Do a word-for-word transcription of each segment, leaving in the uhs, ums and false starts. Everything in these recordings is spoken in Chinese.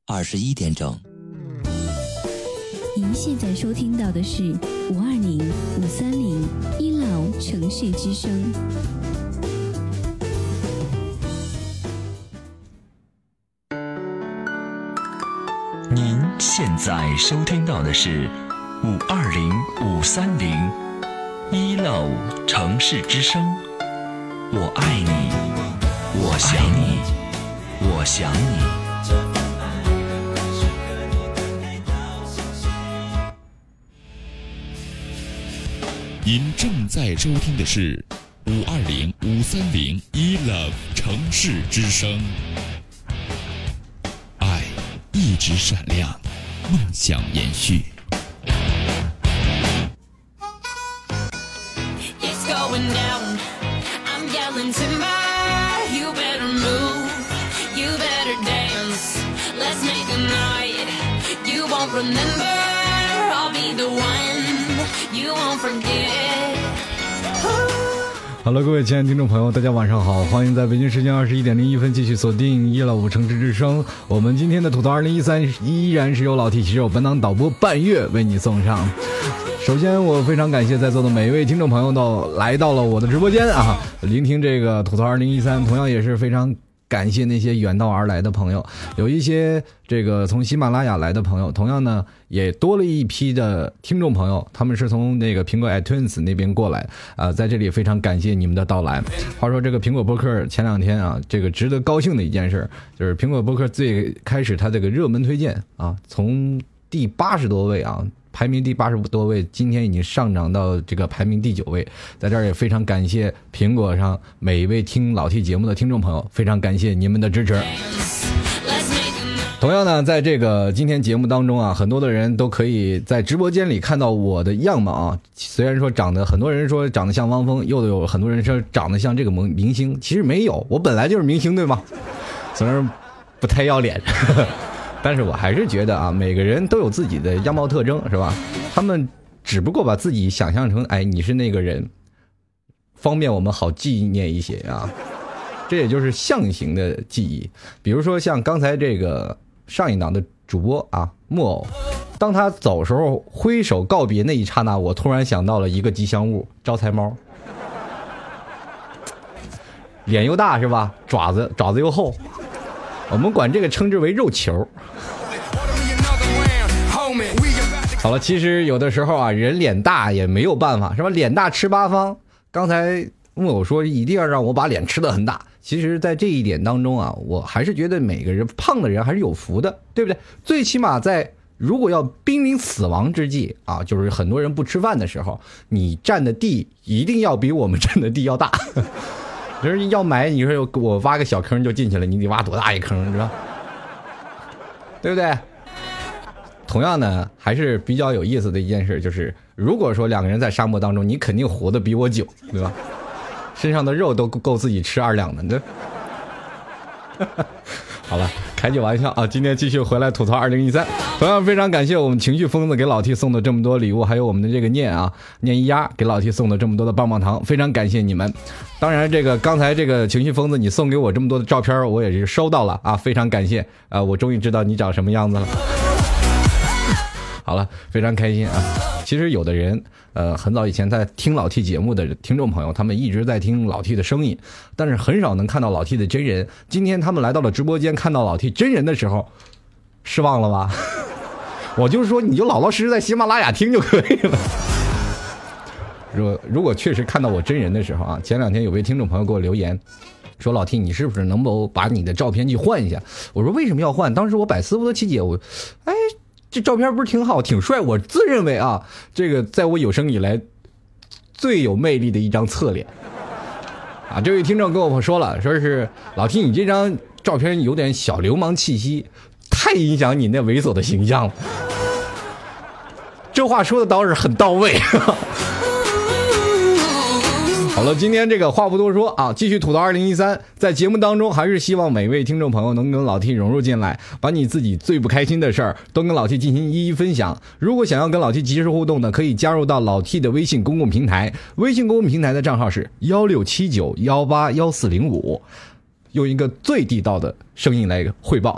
二十一点整。 您现在收听到的是五二零五三零一老城市之声。 您现在收听到的是五二零五三零一老城市之声。我爱你，我想你，我想你。 您正在收听的是五二零五三零一 love 城市之声，爱一直闪亮，梦想延续。 It's going down, I'm yelling timber, you better move, you better dance, let's make a night, you won't remember, I'll be the one, you won't forget. Hello， 各位亲爱的听众朋友，大家晚上好，欢迎在北京时间二十一点零一分继续锁定一老五城市之声。我们今天的吐槽二零一三依然是由老 T 骑手本档导播半月为你送上。首先我非常感谢在座的每一位听众朋友都来到了我的直播间啊，聆听这个吐槽二零一三，同样也是非常感谢那些远道而来的朋友，有一些这个从喜马拉雅来的朋友，同样呢也多了一批的听众朋友，他们是从那个苹果 iTunes 那边过来啊、呃，在这里非常感谢你们的到来。话说这个苹果播客前两天啊，这个值得高兴的一件事就是苹果播客最开始它这个热门推荐啊，从第八十多位啊。排名第八十多位，今天已经上涨到这个排名第九位，在这儿也非常感谢苹果上每一位听老 T 节目的听众朋友，非常感谢你们的支持。同样呢，在这个今天节目当中啊，很多的人都可以在直播间里看到我的样貌啊。虽然说长得很多人说长得像汪峰，又有很多人说长得像这个明星，其实没有，我本来就是明星，对吗？虽然不太要脸。但是我还是觉得啊，每个人都有自己的样貌特征，是吧？他们只不过把自己想象成，哎，你是那个人，方便我们好记念一些啊。这也就是象形的记忆。比如说像刚才这个上一档的主播啊，木偶，当他走时候挥手告别那一刹那，我突然想到了一个吉祥物——招财猫。脸又大是吧？爪子爪子又厚。我们管这个称之为肉球。好了，其实有的时候啊，人脸大也没有办法，是吧？脸大吃八方。刚才木偶说一定要让我把脸吃得很大，其实在这一点当中啊，我还是觉得每个人胖的人还是有福的，对不对？最起码在如果要濒临死亡之际啊，就是很多人不吃饭的时候，你占的地一定要比我们占的地要大。就是要买，你说我挖个小坑就进去了，你得挖多大一坑，是吧？对不对？同样呢，还是比较有意思的一件事，就是如果说两个人在沙漠当中，你肯定活得比我久，对吧？身上的肉都够自己吃二两的，对。好了，开句玩笑啊！今天继续回来吐槽二零一三，同样非常感谢我们情绪疯子给老 T 送的这么多礼物，还有我们的这个念啊念一丫给老 T 送的这么多的棒棒糖，非常感谢你们。当然，这个刚才这个情绪疯子你送给我这么多的照片，我也是收到了啊，非常感谢啊！我终于知道你长什么样子了。好了，非常开心啊！其实有的人，呃，很早以前在听老 T 节目的听众朋友，他们一直在听老 T 的声音，但是很少能看到老 T 的真人。今天他们来到了直播间，看到老 T 真人的时候，失望了吧？我就是说，你就老老实实在喜马拉雅听就可以了。如果如果确实看到我真人的时候啊，前两天有位听众朋友给我留言，说老 T 你是不是能否把你的照片去换一下？我说为什么要换？当时我百思不得其解，我，哎。这照片不是挺好挺帅，我自认为啊，这个在我有生以来最有魅力的一张侧脸啊。这位听众跟我说了，说是老 T 你这张照片有点小流氓气息，太影响你那猥琐的形象了。这话说的倒是很到位。好了，今天这个话不多说啊，继续吐槽二零一三。在节目当中，还是希望每位听众朋友能跟老 T 融入进来，把你自己最不开心的事儿都跟老 T 进行一一分享。如果想要跟老 T 及时互动的，可以加入到老 T 的微信公共平台，微信公共平台的账号是幺六七九幺八幺四零五，用一个最地道的声音来汇报啊。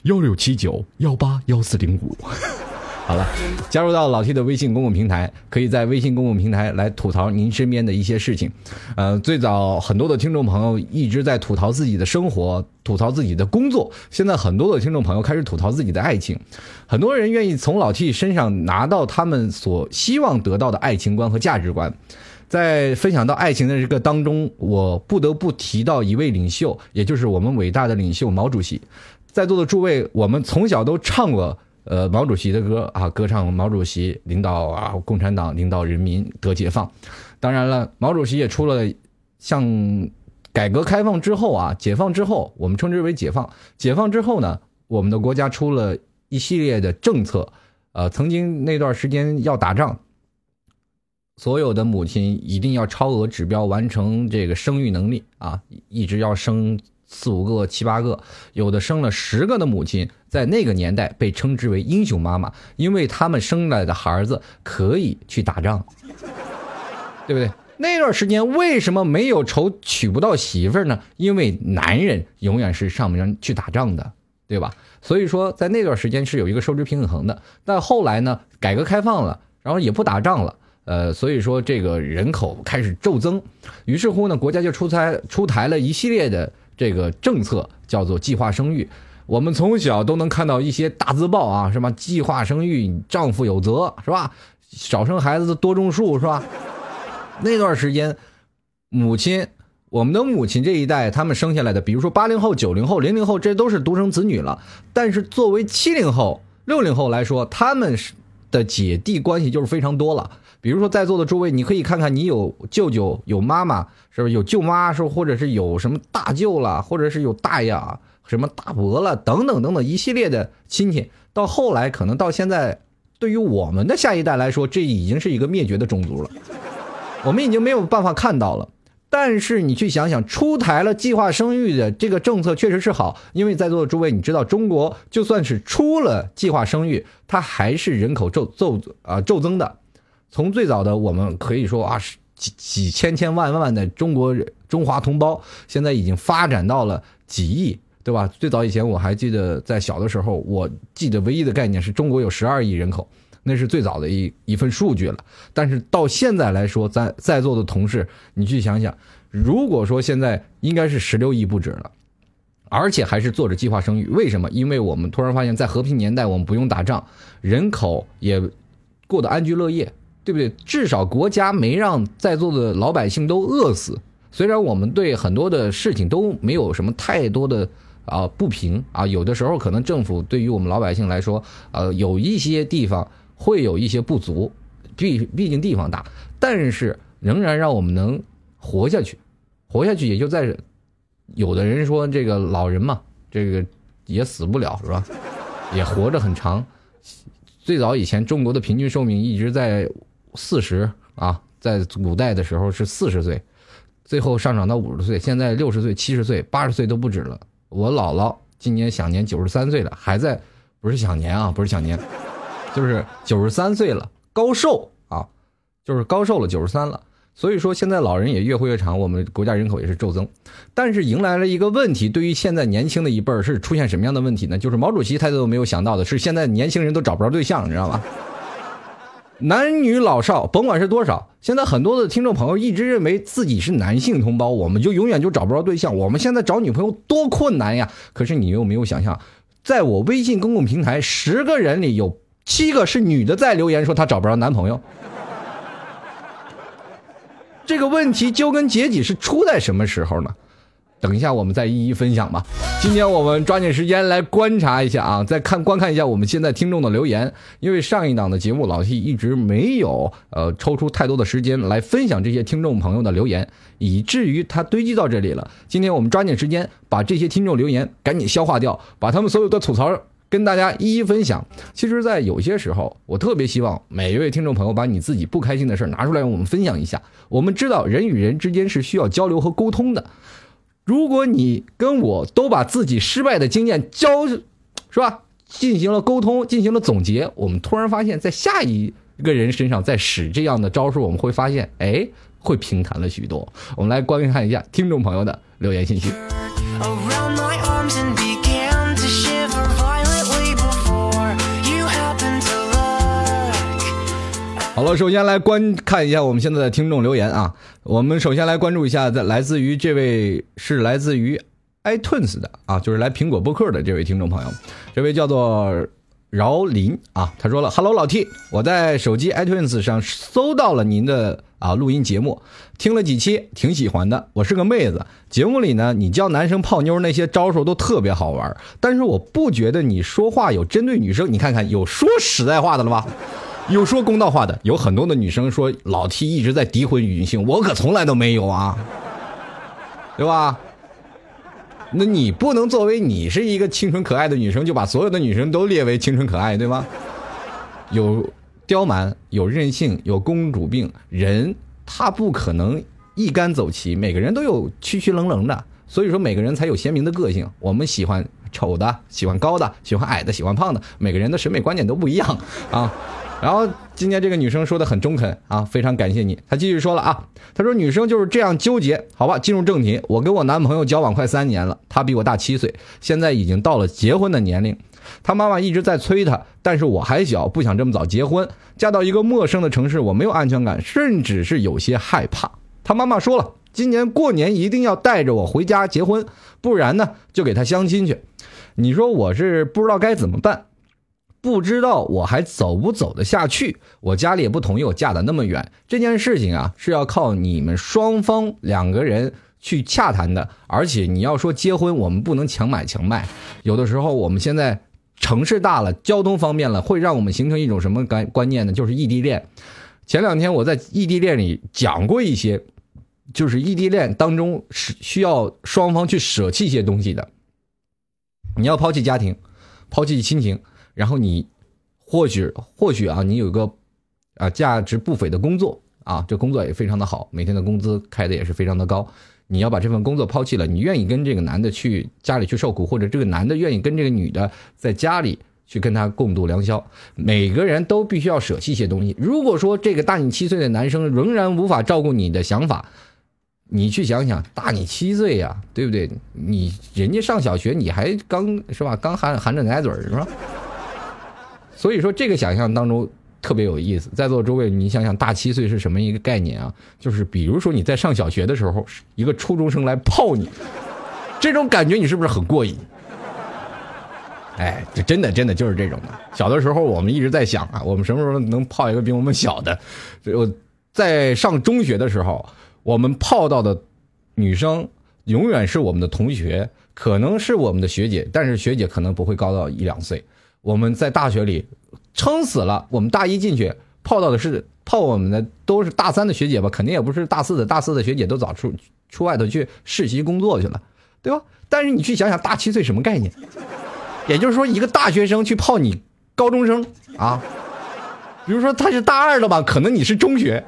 幺六七九幺八幺四零五。好了，加入到老 T 的微信公共平台，可以在微信公共平台来吐槽您身边的一些事情。呃，最早很多的听众朋友一直在吐槽自己的生活，吐槽自己的工作，现在很多的听众朋友开始吐槽自己的爱情。很多人愿意从老 T 身上拿到他们所希望得到的爱情观和价值观。在分享到爱情的这个当中，我不得不提到一位领袖，也就是我们伟大的领袖毛主席。在座的诸位，我们从小都唱过呃，毛主席的歌啊，歌唱毛主席领导啊，共产党领导人民得解放。当然了，毛主席也出了像改革开放之后啊，解放之后，我们称之为解放。解放之后呢，我们的国家出了一系列的政策，呃，曾经那段时间要打仗，所有的母亲一定要超额指标完成这个生育能力啊，一直要生四五个七八个，有的生了十个的母亲在那个年代被称之为英雄妈妈，因为他们生来的孩子可以去打仗，对不对？那段时间为什么没有愁娶不到媳妇呢？因为男人永远是上面去打仗的，对吧？所以说在那段时间是有一个收支平衡的。但后来呢，改革开放了，然后也不打仗了，呃，所以说这个人口开始骤增，于是乎呢，国家就出台出台了一系列的这个政策，叫做计划生育。我们从小都能看到一些大字报啊，什么计划生育，丈夫有责，是吧？少生孩子多种树，是吧？那段时间，母亲，我们的母亲这一代，他们生下来的，比如说八零后、九零后、零零后，这都是独生子女了。但是作为七零后、六零后来说，他们的姐弟关系就是非常多了。比如说在座的诸位，你可以看看，你有舅舅、有妈妈，是不是有舅妈，是或者是有什么大舅了，或者是有大爷啊，什么大伯了，等等等等一系列的亲戚。到后来，可能到现在，对于我们的下一代来说，这已经是一个灭绝的种族了，我们已经没有办法看到了。但是你去想想，出台了计划生育的这个政策确实是好，因为在座的诸位，你知道中国就算是出了计划生育，它还是人口骤骤啊骤增的。从最早的我们可以说啊几几千千万万的中国中华同胞，现在已经发展到了几亿，对吧？最早以前我还记得在小的时候，我记得唯一的概念是中国有十二亿人口，那是最早的一一份数据了。但是到现在来说，在在座的同事，你去想想，如果说现在应该是十六亿不止了，而且还是做着计划生育，为什么？因为我们突然发现，在和平年代，我们不用打仗，人口也过得安居乐业，对不对？至少国家没让在座的老百姓都饿死。虽然我们对很多的事情都没有什么太多的啊不平啊，有的时候可能政府对于我们老百姓来说，呃，有一些地方会有一些不足，毕毕竟地方大，但是仍然让我们能活下去，活下去也就在有的人说这个老人嘛，这个也死不了，是吧？也活着很长。最早以前中国的平均寿命一直在四十啊，在古代的时候是四十岁，最后上涨到五十岁，现在六十岁、七十岁、八十岁都不止了。我姥姥今年享年九十三岁了，还在，不是享年啊，不是享年，就是九十三岁了，高寿啊，就是高寿了，九十三了。所以说现在老人也越活越长，我们国家人口也是骤增。但是迎来了一个问题，对于现在年轻的一辈儿是出现什么样的问题呢？就是毛主席他都没有想到的是，现在年轻人都找不着对象，你知道吗？男女老少甭管是多少，现在很多的听众朋友一直认为自己是男性同胞，我们就永远就找不着对象，我们现在找女朋友多困难呀。可是你有没有想象，在我微信公共平台十个人里有七个是女的在留言说她找不着男朋友。这个问题究根结底是出在什么时候呢？等一下我们再一一分享吧。今天我们抓紧时间来观察一下啊，再看观看一下我们现在听众的留言。因为上一档的节目老 T 一直没有呃抽出太多的时间来分享这些听众朋友的留言，以至于它堆积到这里了。今天我们抓紧时间把这些听众留言赶紧消化掉，把他们所有的吐槽跟大家一一分享。其实在有些时候我特别希望每一位听众朋友把你自己不开心的事拿出来我们分享一下。我们知道人与人之间是需要交流和沟通的，如果你跟我都把自己失败的经验交是吧进行了沟通，进行了总结，我们突然发现在下一个人身上再使这样的招数，我们会发现哎会平坦了许多。我们来观看一下听众朋友的留言信息。 了，首先来观看一下我们现在的听众留言啊。我们首先来关注一下，在来自于这位是来自于 iTunes 的啊，就是来苹果播客的这位听众朋友，这位叫做饶林啊，他说了 ：“Hello 老 T， 我在手机 iTunes 上搜到了您的啊录音节目，听了几期，挺喜欢的。我是个妹子，节目里呢，你教男生泡妞那些招数都特别好玩，但是我不觉得你说话有针对女生。你看看，有说实在话的了吧？有说公道话的，有很多的女生说老 T 一直在诋毁女性，我可从来都没有啊，对吧？”那你不能作为你是一个清纯可爱的女生就把所有的女生都列为清纯可爱，对吗？有刁蛮，有任性，有公主病，人他不可能一竿走齐，每个人都有区区冷冷的，所以说每个人才有鲜明的个性。我们喜欢丑的，喜欢高的，喜欢矮的，喜欢胖的，每个人的审美观点都不一样啊。然后今天这个女生说的很中肯啊，非常感谢你。她继续说了啊，她说女生就是这样纠结。好吧，进入正题，我跟我男朋友交往快三年了，他比我大七岁，现在已经到了结婚的年龄。他妈妈一直在催他，但是我还小，不想这么早结婚。嫁到一个陌生的城市，我没有安全感，甚至是有些害怕。他妈妈说了，今年过年一定要带着我回家结婚，不然呢就给他相亲去。你说我是不知道该怎么办，不知道我还走不走得下去，我家里也不同意我嫁得那么远。这件事情啊是要靠你们双方两个人去洽谈的，而且你要说结婚，我们不能强买强卖。有的时候我们现在城市大了，交通方便了，会让我们形成一种什么观念呢？就是异地恋。前两天我在异地恋里讲过一些，就是异地恋当中是需要双方去舍弃一些东西的。你要抛弃家庭，抛弃亲情，然后你或许或许啊，你有个啊价值不菲的工作啊，这工作也非常的好，每天的工资开的也是非常的高。你要把这份工作抛弃了，你愿意跟这个男的去家里去受苦，或者这个男的愿意跟这个女的在家里去跟他共度良宵，每个人都必须要舍弃一些东西。如果说这个大你七岁的男生仍然无法照顾你的想法，你去想想，大你七岁呀、啊，对不对？你人家上小学，你还刚是吧？刚含含着奶嘴是吧？所以说这个想象当中特别有意思。在座诸位，你想想大七岁是什么一个概念啊？就是比如说你在上小学的时候，一个初中生来泡你，这种感觉你是不是很过瘾？哎，这真的真的就是这种的。小的时候我们一直在想啊，我们什么时候能泡一个比我们小的？我在上中学的时候，我们泡到的女生永远是我们的同学，可能是我们的学姐，但是学姐可能不会高到一两岁。我们在大学里撑死了，我们大一进去泡到的是泡我们的都是大三的学姐吧，肯定也不是大四的，大四的学姐都早出出外头去实习工作去了，对吧？但是你去想想大七岁什么概念？也就是说一个大学生去泡你高中生啊，比如说他是大二的吧，可能你是中学。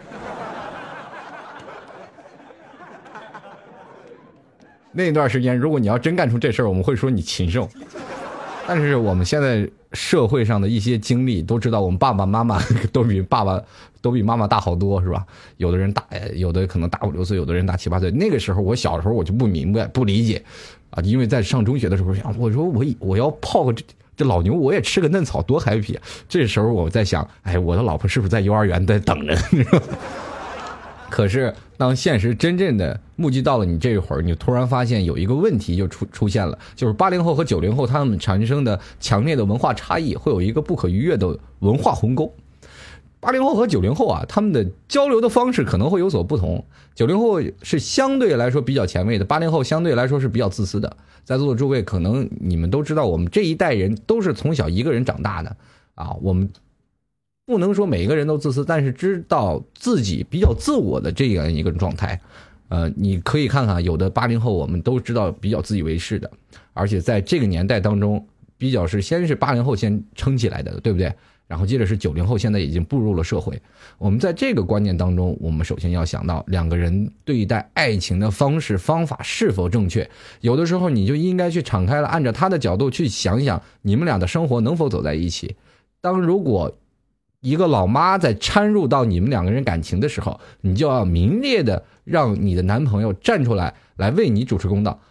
那段时间如果你要真干出这事儿，我们会说你禽兽。但是我们现在社会上的一些经历都知道，我们爸爸妈妈都比爸爸都比妈妈大好多，是吧？有的人大，有的可能大五六岁，有的人大七八岁。那个时候我小时候我就不明白不理解啊，因为在上中学的时候想，我说我我要泡个这这老牛，我也吃个嫩草多 happy 啊。这时候我在想，哎，我的老婆是不是在幼儿园在等着？可是当现实真正的目击到了你这一会儿，你突然发现有一个问题就出出现了，就是八零后和九零后他们产生的强烈的文化差异，会有一个不可逾越的文化鸿沟。八零后和九零后啊，他们的交流的方式可能会有所不同。九零后是相对来说比较前卫的，八零后相对来说是比较自私的。在座的诸位，可能你们都知道，我们这一代人都是从小一个人长大的啊，我们不能说每个人都自私，但是知道自己比较自我的这样一个状态。呃，你可以看看有的八零后，我们都知道比较自以为是的，而且在这个年代当中，比较是先是八零后先撑起来的，对不对？然后接着是九零后，现在已经步入了社会。我们在这个观念当中，我们首先要想到两个人对待爱情的方式方法是否正确。有的时候你就应该去敞开了，按照他的角度去想想，你们俩的生活能否走在一起。当如果一个老妈在掺入到你们两个人感情的时候，你就要明烈的让你的男朋友站出来，来为你主持公道。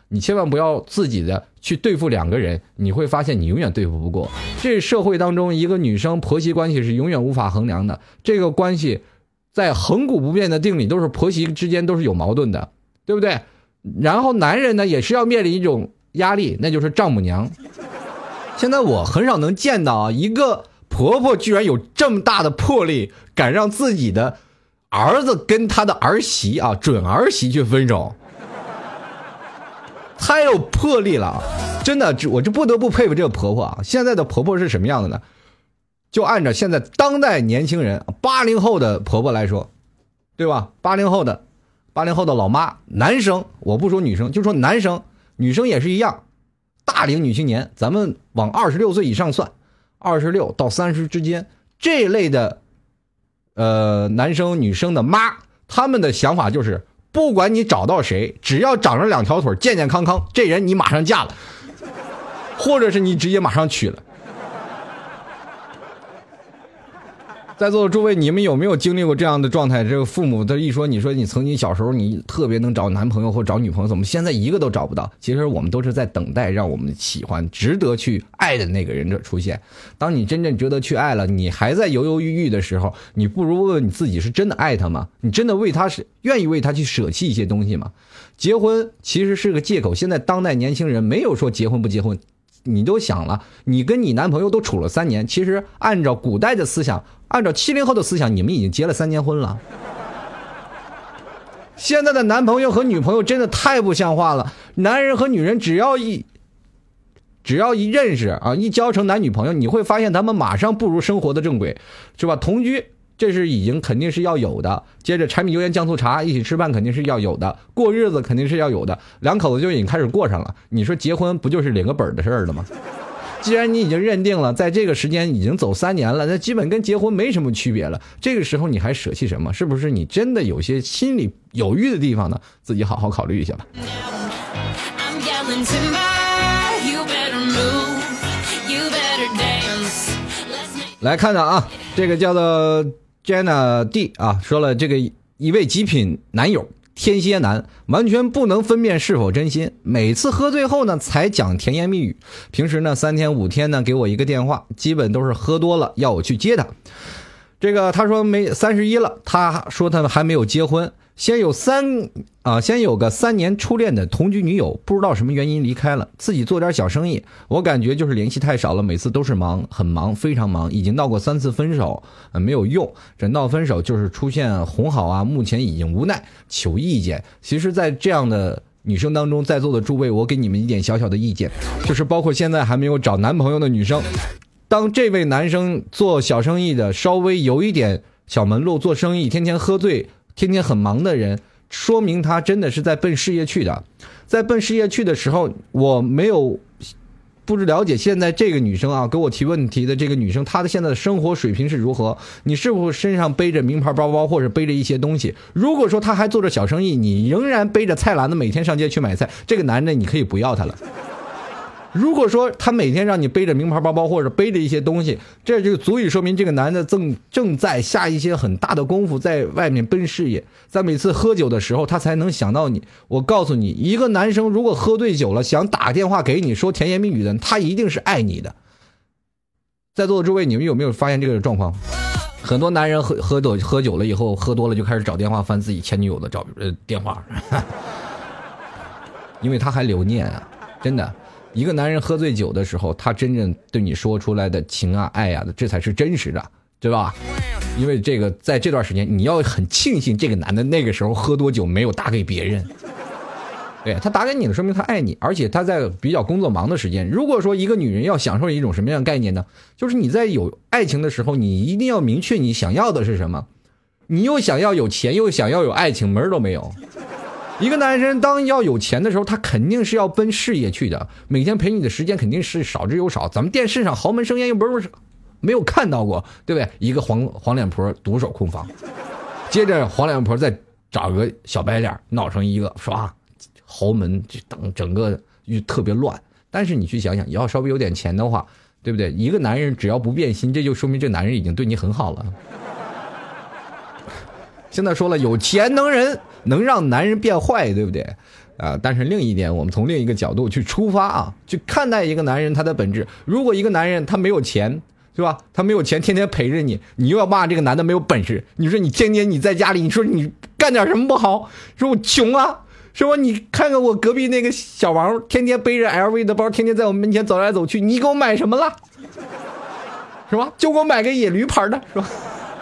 你千万不要自己的去对付两个人，你会发现你永远对付不过。这社会当中一个女生婆媳关系是永远无法衡量的，这个关系在恒古不变的定理都是婆媳之间都是有矛盾的，对不对？然后男人呢也是要面临一种压力，那就是丈母娘。现在我很少能见到啊，一个婆婆居然有这么大的魄力，敢让自己的儿子跟他的儿媳啊，准儿媳去分手，太有魄力了，真的，我就不得不佩服这个婆婆啊。现在的婆婆是什么样的呢？就按照现在当代年轻人八零后的婆婆来说，对吧？八零后的八零后的老妈，男生我不说女生，就说男生，女生也是一样。大龄女青年，咱们往二十六岁以上算，二十六到三十之间，这一类的呃男生女生的妈，他们的想法就是不管你找到谁，只要长着两条腿健健康康，这人你马上嫁了，或者是你直接马上娶了。在座的诸位，你们有没有经历过这样的状态？这个父母他一说，你说你曾经小时候你特别能找男朋友或找女朋友，怎么现在一个都找不到？其实我们都是在等待让我们喜欢值得去爱的那个人的出现。当你真正值得去爱了，你还在犹犹豫豫的时候，你不如问问你自己，是真的爱他吗？你真的为他是愿意为他去舍弃一些东西吗？结婚其实是个借口，现在当代年轻人没有说结婚不结婚。你都想了，你跟你男朋友都处了三年，其实按照古代的思想，按照七零后的思想，你们已经结了三年婚了。现在的男朋友和女朋友真的太不像话了，男人和女人只要一只要一认识啊，一交成男女朋友，你会发现他们马上步入生活的正轨，是吧？同居这是已经肯定是要有的，接着柴米油盐酱醋茶一起吃饭肯定是要有的，过日子肯定是要有的，两口子就已经开始过上了。你说结婚不就是领个本的事儿了吗？既然你已经认定了，在这个时间已经走三年了，那基本跟结婚没什么区别了。这个时候你还舍弃什么？是不是你真的有些心里犹豫的地方呢？自己好好考虑一下吧。来看看啊，这个叫做Jenna D 啊，说了这个一位极品男友天蝎男，完全不能分辨是否真心，每次喝醉后呢才讲甜言蜜语，平时呢三天五天呢给我一个电话，基本都是喝多了要我去接他。这个他说没三十一了，他说他还没有结婚，先有三啊，先有个三年初恋的同居女友，不知道什么原因离开了，自己做点小生意，我感觉就是联系太少了，每次都是忙，很忙，非常忙，已经闹过三次分手，呃、没有用，这闹分手就是出现哄好啊，目前已经无奈求意见。其实在这样的女生当中，在座的诸位，我给你们一点小小的意见，就是包括现在还没有找男朋友的女生，当这位男生做小生意的稍微有一点小门路，做生意天天喝醉，天天很忙的人，说明他真的是在奔事业去的。在奔事业去的时候，我没有不了解现在这个女生啊给我提问题的这个女生，她的现在的生活水平是如何，你是否身上背着名牌包包或者背着一些东西。如果说她还做着小生意，你仍然背着菜篮子每天上街去买菜，这个男的你可以不要他了。如果说他每天让你背着名牌包包或者背着一些东西，这就足以说明这个男的正正在下一些很大的功夫在外面奔事业，在每次喝酒的时候他才能想到你。我告诉你，一个男生如果喝醉酒了想打电话给你说甜言蜜语的，他一定是爱你的。在座的诸位，你们有没有发现这个状况？很多男人喝喝酒喝酒了以后，喝多了就开始找电话翻自己前女友的照呃电话，因为他还留念啊，真的。一个男人喝醉酒的时候，他真正对你说出来的情啊爱啊的，这才是真实的，对吧？因为这个在这段时间你要很庆幸这个男的那个时候喝多酒没有打给别人，对，他打给你了说明他爱你，而且他在比较工作忙的时间。如果说一个女人要享受一种什么样的概念呢？就是你在有爱情的时候，你一定要明确你想要的是什么，你又想要有钱又想要有爱情，门儿都没有。一个男人当要有钱的时候，他肯定是要奔事业去的，每天陪你的时间肯定是少之又少。咱们电视上豪门盛宴又不是没有看到过，对不对？一个黄黄脸婆独守空房，接着黄脸婆再找个小白脸闹成一个是吧？豪门整整个就特别乱。但是你去想想，你要稍微有点钱的话，对不对？一个男人只要不变心，这就说明这男人已经对你很好了。现在说了，有钱能人能让男人变坏，对不对？ 啊，但是另一点，我们从另一个角度去出发啊，去看待一个男人他的本质。如果一个男人他没有钱，是吧？他没有钱，天天陪着你，你又要骂这个男的没有本事。你说你天天你在家里，你说你干点什么不好？说我穷啊，是吧？你看看我隔壁那个小王，天天背着 L V 的包，天天在我面前走来走去，你给我买什么了？是吧？就给我买个野驴牌的，是吧？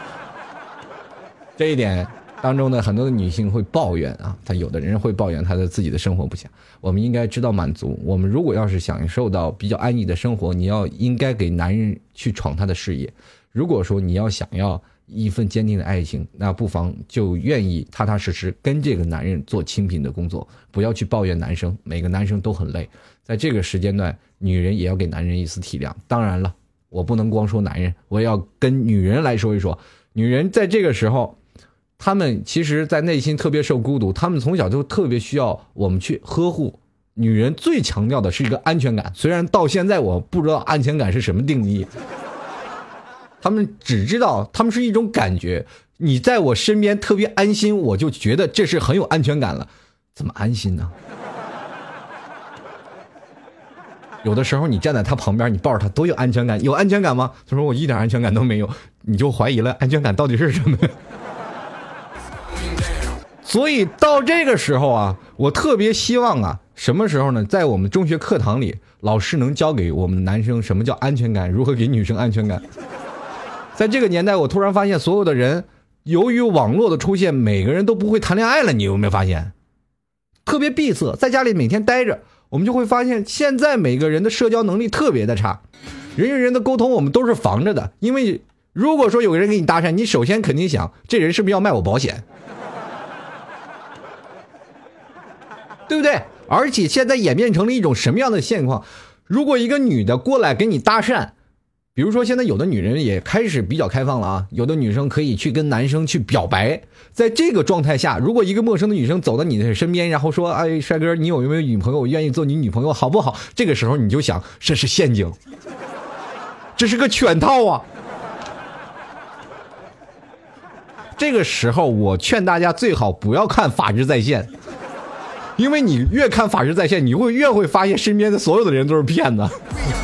这一点当中呢，很多的女性会抱怨啊，她有的人会抱怨她的自己的生活不佳。我们应该知道满足。我们如果要是享受到比较安逸的生活，你要应该给男人去闯他的事业。如果说你要想要一份坚定的爱情，那不妨就愿意踏踏实实跟这个男人做清贫的工作，不要去抱怨男生。每个男生都很累，在这个时间段，女人也要给男人一丝体谅。当然了，我不能光说男人，我也要跟女人来说一说。女人在这个时候，他们其实在内心特别受孤独，他们从小就特别需要我们去呵护。女人最强调的是一个安全感，虽然到现在我不知道安全感是什么定义，他们只知道他们是一种感觉，你在我身边特别安心，我就觉得这是很有安全感了。怎么安心呢？有的时候你站在他旁边，你抱着他多有安全感，有安全感吗？他说我一点安全感都没有，你就怀疑了安全感到底是什么。所以到这个时候啊，我特别希望啊，什么时候呢？在我们中学课堂里，老师能教给我们男生什么叫安全感，如何给女生安全感。在这个年代，我突然发现所有的人，由于网络的出现，每个人都不会谈恋爱了。你有没有发现？特别闭塞，在家里每天待着，我们就会发现，现在每个人的社交能力特别的差，人与人的沟通我们都是防着的。因为如果说有个人给你搭讪，你首先肯定想，这人是不是要卖我保险？对不对？而且现在演变成了一种什么样的现况？如果一个女的过来跟你搭讪，比如说现在有的女人也开始比较开放了啊，有的女生可以去跟男生去表白。在这个状态下，如果一个陌生的女生走到你的身边，然后说：“哎，帅哥，你有没有女朋友？我愿意做你女朋友，好不好？”这个时候你就想，这是陷阱，这是个圈套啊。这个时候，我劝大家最好不要看《法制在线》。因为你越看法制在线，你会越会发现身边的所有的人都是骗子。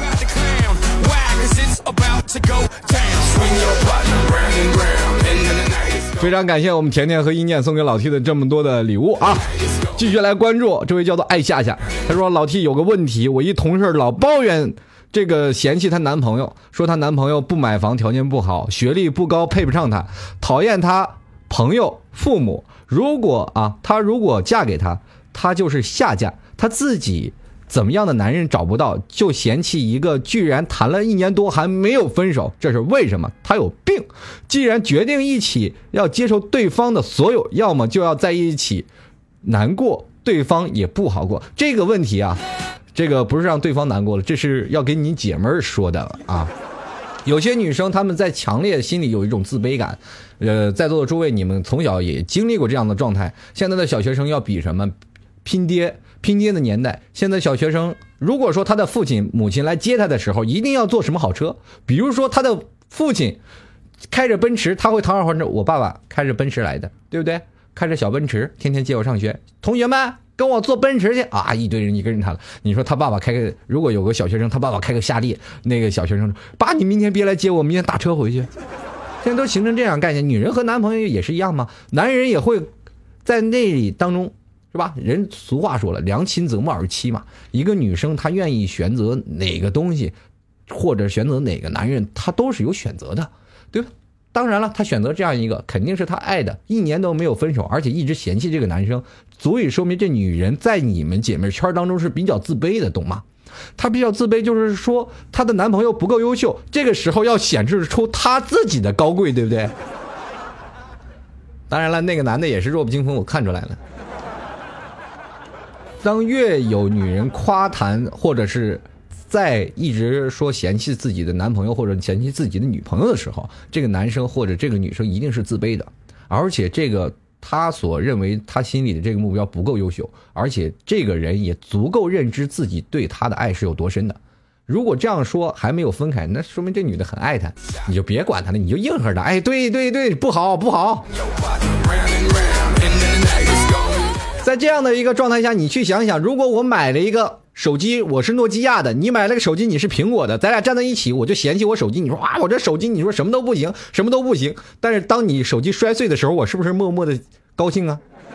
非常感谢我们甜甜和一念送给老 T 的这么多的礼物啊！继续来关注这位叫做爱夏夏，他说老 T 有个问题，我一同事老抱怨这个嫌弃她男朋友，说她男朋友不买房，条件不好，学历不高，配不上她，讨厌她朋友父母，如果啊她如果嫁给他，他就是下嫁，他自己怎么样的男人找不到，就嫌弃一个居然谈了一年多还没有分手，这是为什么？他有病。既然决定一起，要接受对方的所有，要么就要在一起，难过对方也不好过。这个问题啊，这个不是让对方难过了，这是要给你姐们儿说的啊。有些女生她们在强烈心里有一种自卑感，呃，在座的诸位你们从小也经历过这样的状态。现在的小学生要比什么？拼爹拼爹的年代，现在小学生如果说他的父亲母亲来接他的时候，一定要坐什么好车？比如说他的父亲开着奔驰，他会堂而皇之，我爸爸开着奔驰来的，对不对？开着小奔驰，天天接我上学，同学们跟我坐奔驰去啊！一堆人你跟着他了。你说他爸爸开个，如果有个小学生，他爸爸开个夏利，那个小学生说：“爸，你明天别来接我，明天打车回去。”现在都形成这样概念，女人和男朋友也是一样吗？男人也会在那里当中。是吧？人俗话说了，良禽择木而栖嘛。一个女生她愿意选择哪个东西，或者选择哪个男人，她都是有选择的，对吧？当然了，她选择这样一个，肯定是她爱的，一年都没有分手，而且一直嫌弃这个男生，足以说明这女人在你们姐妹圈当中是比较自卑的，懂吗？她比较自卑，就是说她的男朋友不够优秀，这个时候要显示出她自己的高贵，对不对？当然了，那个男的也是弱不禁风，我看出来了。当越有女人夸谈，或者是在一直说嫌弃自己的男朋友或者嫌弃自己的女朋友的时候，这个男生或者这个女生一定是自卑的，而且这个他所认为他心里的这个目标不够优秀，而且这个人也足够认知自己对他的爱是有多深的。如果这样说还没有分开，那说明这女的很爱他，你就别管他了，你就应和他，哎，对对对，不好不好。 在这样的一个状态下，你去想想，如果我买了一个手机，我是诺基亚的，你买了个手机，你是苹果的，咱俩站在一起，我就嫌弃我手机，你说啊，我这手机你说什么都不行，什么都不行。但是当你手机摔碎的时候，我是不是默默的高兴啊？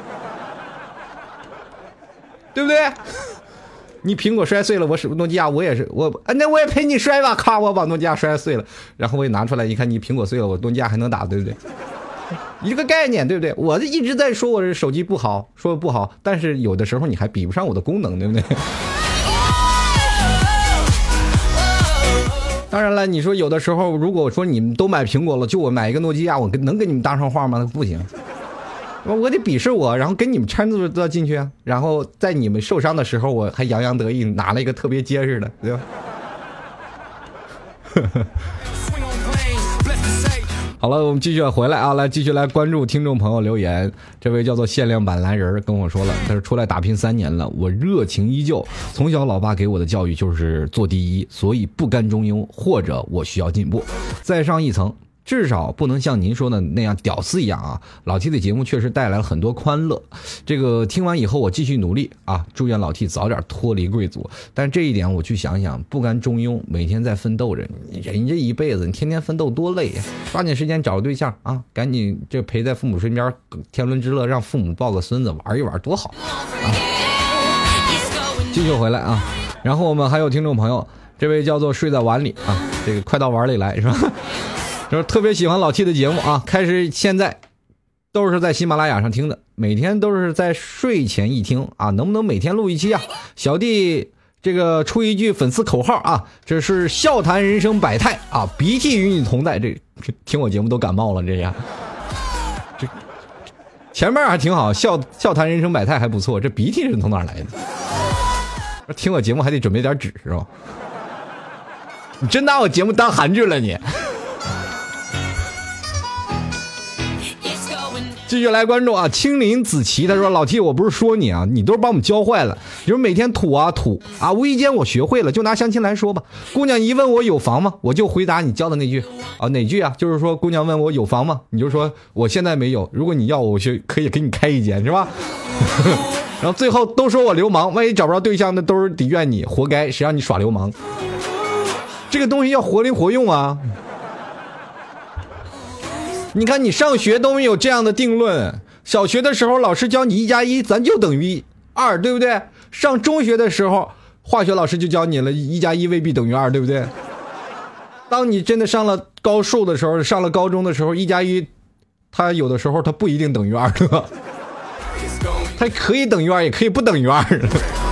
对不对？你苹果摔碎了，我是诺基亚，我也是我，那我也陪你摔吧，咔，我把诺基亚摔碎了，然后我也拿出来一看，你苹果碎了，我诺基亚还能打，对不对？一个概念，对不对？我一直在说我这手机不好，说不好，但是有的时候你还比不上我的功能，对不对？当然了，你说有的时候，如果说你们都买苹果了，就我买一个诺基亚，我能跟你们搭上话吗？那不行，我得鄙视我，然后跟你们掺入到进去啊，然后在你们受伤的时候，我还洋洋得意拿了一个特别结实的，对吧？好了，我们继续回来啊，来继续来关注听众朋友留言。这位叫做限量版蓝人跟我说了，他是出来打拼三年了，我热情依旧。从小老爸给我的教育就是做第一，所以不甘中庸，或者我需要进步，再上一层。至少不能像您说的那样屌丝一样啊！老 T 的节目确实带来了很多欢乐，这个听完以后我继续努力啊！祝愿老 T 早点脱离贵族。但这一点我去想想，不甘中庸，每天在奋斗着，人这一辈子你天天奋斗多累呀！抓紧时间找个对象啊，赶紧这陪在父母身边，天伦之乐，让父母抱个孙子玩一玩，多好啊！继续回来啊，然后我们还有听众朋友，这位叫做睡在碗里啊，这个快到碗里来是吧？就是特别喜欢老 T 的节目啊，开始现在都是在喜马拉雅上听的，每天都是在睡前一听啊，能不能每天录一期啊？小弟这个出一句粉丝口号啊，这是笑谈人生百态啊，鼻涕与你同在。这这听我节目都感冒了，这样。这前面还挺好，笑笑谈人生百态还不错，这鼻涕是从哪来的？听我节目还得准备点纸是吧？你真拿我节目当韩剧了你？继续来关注啊，青林子琪他说，老 T 我不是说你啊，你都是把我们教坏了，就是每天吐啊吐啊，无意间我学会了。就拿相亲来说吧，姑娘一问我有房吗，我就回答你教的那句啊，哪句啊？就是说姑娘问我有房吗，你就说我现在没有，如果你要我就可以给你开一间，是吧？然后最后都说我流氓，万一找不着对象那都是得怨你，活该，谁让你耍流氓？这个东西要活灵活用啊！你看你上学都没有这样的定论，小学的时候老师教你一加一咱就等于二，对不对？上中学的时候化学老师就教你了一加一未必等于二，对不对？当你真的上了高数的时候，上了高中的时候，一加一它有的时候它不一定等于二的，它可以等于二也可以不等于二的。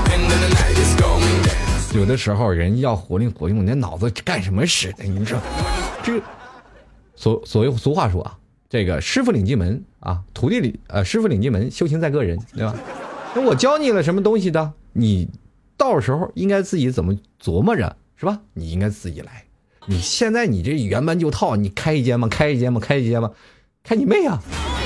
有的时候人要活灵活用，你脑子干什么使的？你说这个所所谓俗话说啊，这个师傅领进门啊，徒弟领呃师傅领进门，修行在个人，对吧？那我教你了什么东西的，你到时候应该自己怎么琢磨着，是吧？你应该自己来。你现在你这原班就套，你开一间吗？开一间吗？开一间吗？开你妹啊！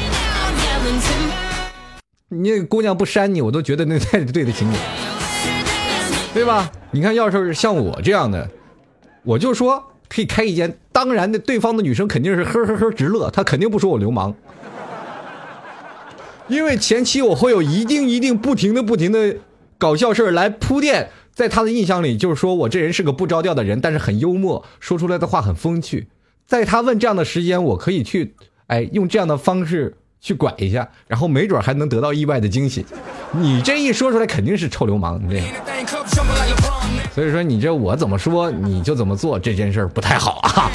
你那姑娘不扇你，我都觉得那太对得起你，对吧？你看，要是像我这样的，我就说可以开一间，当然的，对方的女生肯定是呵呵呵直乐，她肯定不说我流氓，因为前期我会有一定一定不停的不停的搞笑事来铺垫，在她的印象里就是说我这人是个不着调的人，但是很幽默，说出来的话很风趣，在她问这样的时间，我可以去哎用这样的方式去拐一下，然后没准还能得到意外的惊喜。你这一说出来肯定是臭流氓，你这所以说你这我怎么说你就怎么做，这件事不太好啊。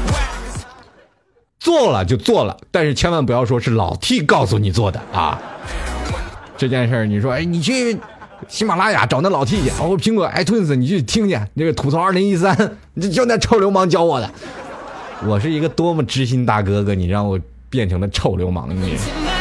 做了就做了，但是千万不要说是老 T 告诉你做的啊。这件事你说哎，你去喜马拉雅找那老 T 去，哦苹果 iTunes 你去听去，那个吐槽二零一三，你就那臭流氓教我的。我是一个多么知心大哥哥，你让我变成了臭流氓你。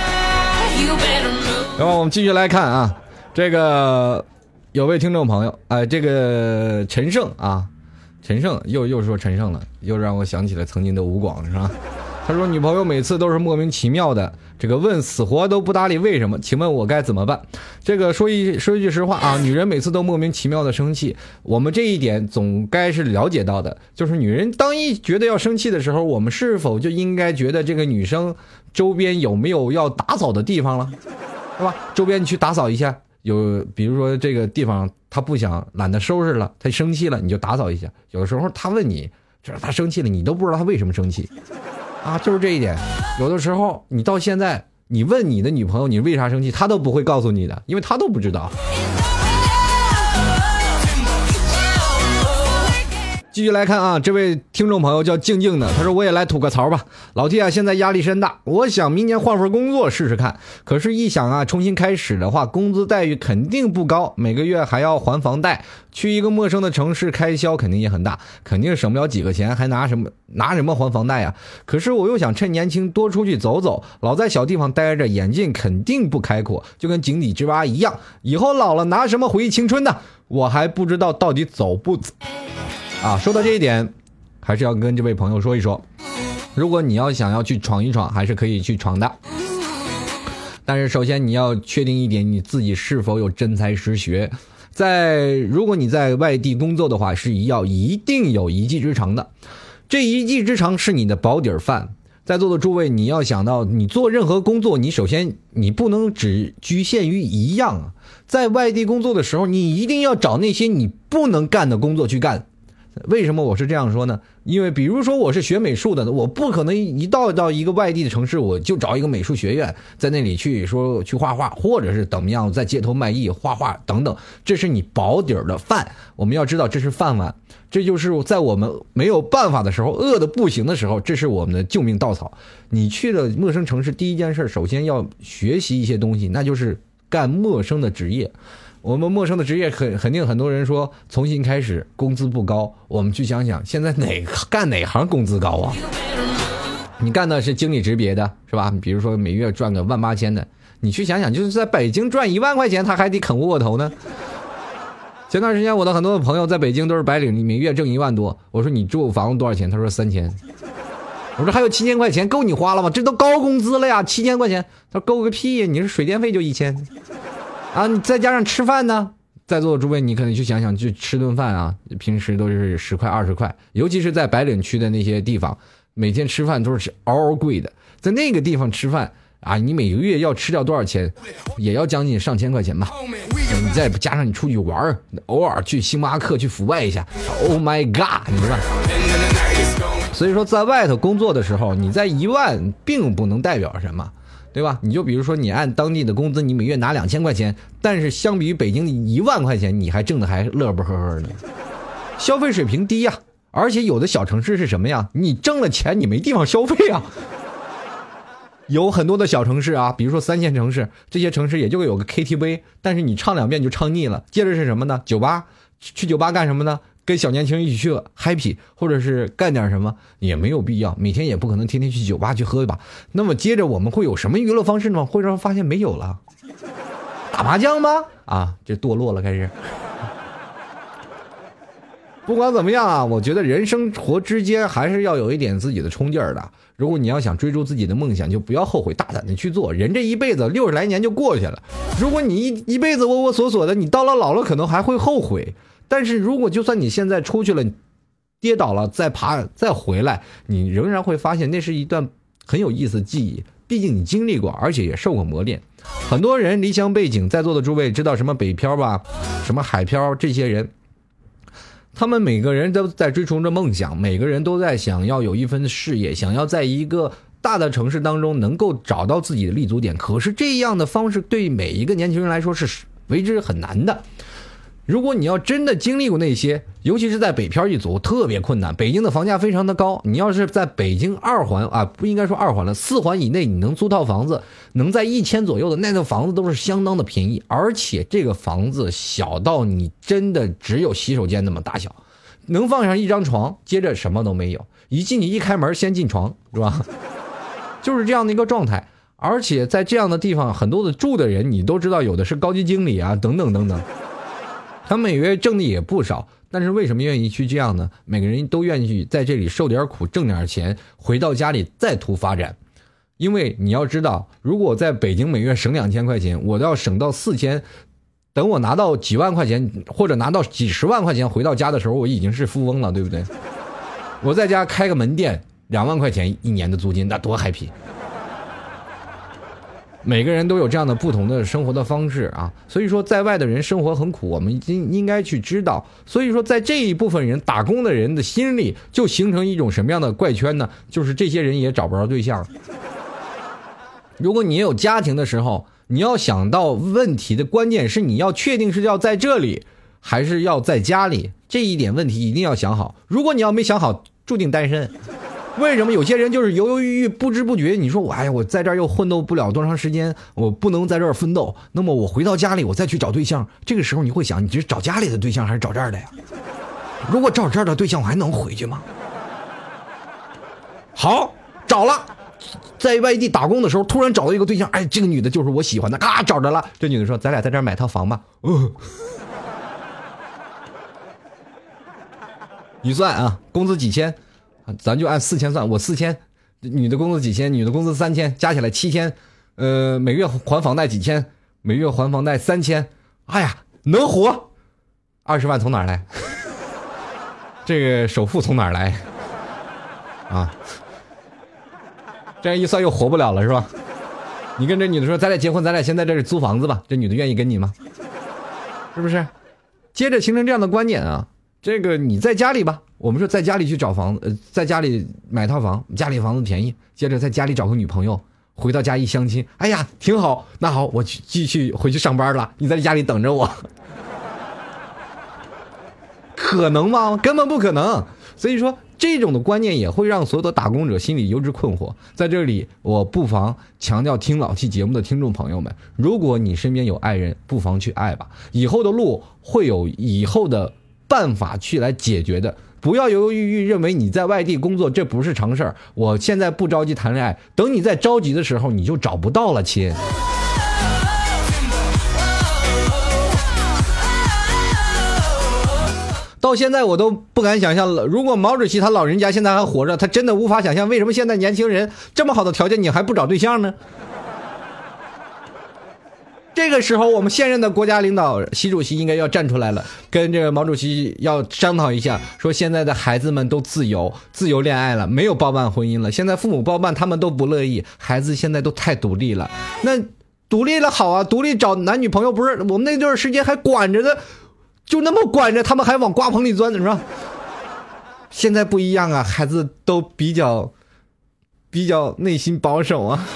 那么我们继续来看啊，这个有位听众朋友啊、呃，这个陈胜啊，陈胜又又说陈胜了，又让我想起了曾经的吴广，是吧？他说女朋友每次都是莫名其妙的，这个问死活都不搭理，为什么？请问我该怎么办？这个说一说一句实话啊，女人每次都莫名其妙的生气，我们这一点总该是了解到的，就是女人当一觉得要生气的时候，我们是否就应该觉得这个女生周边有没有要打扫的地方了？ 是吧？周边你去打扫一下，有比如说这个地方他不想懒得收拾了，他生气了，你就打扫一下。有的时候他问你，就是他生气了，你都不知道他为什么生气啊，就是这一点。有的时候你到现在，你问你的女朋友你为啥生气，她都不会告诉你的，因为她都不知道。继续来看啊，这位听众朋友叫静静的，他说我也来吐个槽吧。老 T 啊，现在压力山大，我想明年换份工作试试看。可是，一想啊，重新开始的话，工资待遇肯定不高，每个月还要还房贷，去一个陌生的城市，开销肯定也很大，肯定省不了几个钱，还拿什么拿什么还房贷啊？可是我又想趁年轻多出去走走，老在小地方待着，眼界肯定不开阔，就跟井底之蛙一样，以后老了拿什么回忆青春呢？我还不知道到底走不走。啊，说到这一点，还是要跟这位朋友说一说，如果你要想要去闯一闯，还是可以去闯的。但是首先你要确定一点，你自己是否有真才实学。在如果你在外地工作的话，是要一定有一技之长的，这一技之长是你的保底饭。在座的诸位，你要想到你做任何工作，你首先你不能只局限于一样啊。在外地工作的时候，你一定要找那些你不能干的工作去干。为什么我是这样说呢？因为比如说我是学美术的，我不可能一到到一个外地的城市，我就找一个美术学院，在那里去说去画画，或者是怎么样，在街头卖艺画画等等，这是你保底的饭。我们要知道这是饭碗，这就是在我们没有办法的时候，饿得不行的时候，这是我们的救命稻草。你去了陌生城市，第一件事首先要学习一些东西，那就是干陌生的职业。我们陌生的职业肯肯定很多人说重新开始工资不高，我们去想想现在哪干哪行工资高啊？你干的是经理级别的是吧？比如说每月赚个万八千的，你去想想，就是在北京赚一万块钱他还得啃窝头呢。前段时间我的很多的朋友在北京都是白领，每月挣一万多，我说你住房子多少钱？他说三千。我说还有七千块钱够你花了吗？这都高工资了呀，七千块钱。他说够个屁呀，你是水电费就一千啊，你再加上吃饭呢，在座的诸位你可能去想想，去吃顿饭啊，平时都是十块二十块，尤其是在白领区的那些地方，每天吃饭都是嗷嗷贵的。在那个地方吃饭啊，你每个月要吃掉多少钱，也要将近上千块钱吧。你再加上你出去玩，偶尔去星巴克去腐败一下 ，Oh my God， 你知道。所以说在外头工作的时候，你在一万并不能代表什么，对吧？你就比如说你按当地的工资，你每月拿两千块钱，但是相比于北京的一万块钱，你还挣的还乐不呵呵的，消费水平低呀、啊。而且有的小城市是什么呀？你挣了钱你没地方消费啊。有很多的小城市啊，比如说三线城市，这些城市也就有个 K T V， 但是你唱两遍就唱腻了。接着是什么呢？酒吧，去酒吧干什么呢？跟小年轻人一起去 happy， 或者是干点什么，也没有必要，每天也不可能天天去酒吧去喝一把。那么接着我们会有什么娱乐方式呢？会让发现没有了，打麻将吗？啊，这堕落了开始。不管怎么样啊，我觉得人生活之间还是要有一点自己的冲劲儿的。如果你要想追逐自己的梦想，就不要后悔，大胆的去做。人这一辈子六十来年就过去了，如果你一一辈子窝窝索索的，你到了老了可能还会后悔。但是如果就算你现在出去了，跌倒了再爬再回来，你仍然会发现那是一段很有意思的记忆，毕竟你经历过，而且也受过磨练。很多人离乡背景，在座的诸位知道什么北漂吧，什么海漂，这些人他们每个人都在追逐着梦想，每个人都在想要有一份事业，想要在一个大的城市当中能够找到自己的立足点。可是这样的方式对每一个年轻人来说是为之很难的。如果你要真的经历过那些，尤其是在北漂一族，特别困难。北京的房价非常的高，你要是在北京二环啊，不应该说二环了，四环以内，你能租套房子，能在一千左右的那套房子都是相当的便宜，而且这个房子小到你真的只有洗手间那么大小，能放上一张床，接着什么都没有，一进去一开门先进床，是吧？就是这样的一个状态。而且在这样的地方，很多的住的人，你都知道，有的是高级经理啊，等等等等。他每月挣的也不少，但是为什么愿意去这样呢？每个人都愿意在这里受点苦，挣点钱，回到家里再图发展。因为你要知道，如果我在北京每月省两千块钱，我要省到四千，等我拿到几万块钱或者拿到几十万块钱回到家的时候，我已经是富翁了，对不对？我在家开个门店，两万块钱一年的租金，那多 happy。 每个人都有这样的不同的生活的方式啊，所以说在外的人生活很苦，我们应应该去知道。所以说在这一部分人打工的人的心里就形成一种什么样的怪圈呢？就是这些人也找不着对象。如果你有家庭的时候，你要想到问题的关键是你要确定是要在这里还是要在家里，这一点问题一定要想好。如果你要没想好，注定单身。为什么有些人就是犹犹豫豫不知不觉，你说我哎呀我在这儿又奋斗不了多长时间，我不能在这儿奋斗，那么我回到家里我再去找对象，这个时候你会想，你是找家里的对象还是找这儿的呀？如果找这儿的对象我还能回去吗？好，找了，在外地打工的时候突然找到一个对象，哎，这个女的就是我喜欢的，啊，找着了。这女的说咱俩在这儿买套房吧。哦，一算啊，工资几千，咱就按四千算，我四千，女的工资几千，女的工资三千，加起来七千，呃，每月还房贷几千，每月还房贷三千，哎呀，能活，二十万从哪儿来？这个首付从哪儿来？啊，这样一算又活不了了是吧？你跟这女的说咱俩结婚，咱俩先在这里租房子吧，这女的愿意跟你吗？是不是？接着形成这样的观念啊，这个你在家里吧，我们说在家里去找房子，呃，在家里买套房，家里房子便宜，接着在家里找个女朋友，回到家一相亲，哎呀挺好，那好，我去继续回去上班了，你在家里等着我。可能吗？根本不可能。所以说这种的观念也会让所有的打工者心里有之困惑。在这里我不妨强调听老期节目的听众朋友们，如果你身边有爱人，不妨去爱吧，以后的路会有以后的办法去来解决的，不要犹犹豫豫认为你在外地工作这不是常事儿，我现在不着急谈恋爱，等你在着急的时候你就找不到了亲。到现在我都不敢想象了，如果毛主席他老人家现在还活着，他真的无法想象为什么现在年轻人这么好的条件你还不找对象呢？这个时候我们现任的国家领导习主席应该要站出来了，跟这个毛主席要商讨一下，说现在的孩子们都自由自由恋爱了，没有包办婚姻了，现在父母包办他们都不乐意，孩子现在都太独立了。那独立了好啊，独立找男女朋友，不是我们那段时间还管着的，就那么管着，他们还往瓜棚里钻，是吧？现在不一样啊，孩子都比较比较内心保守啊。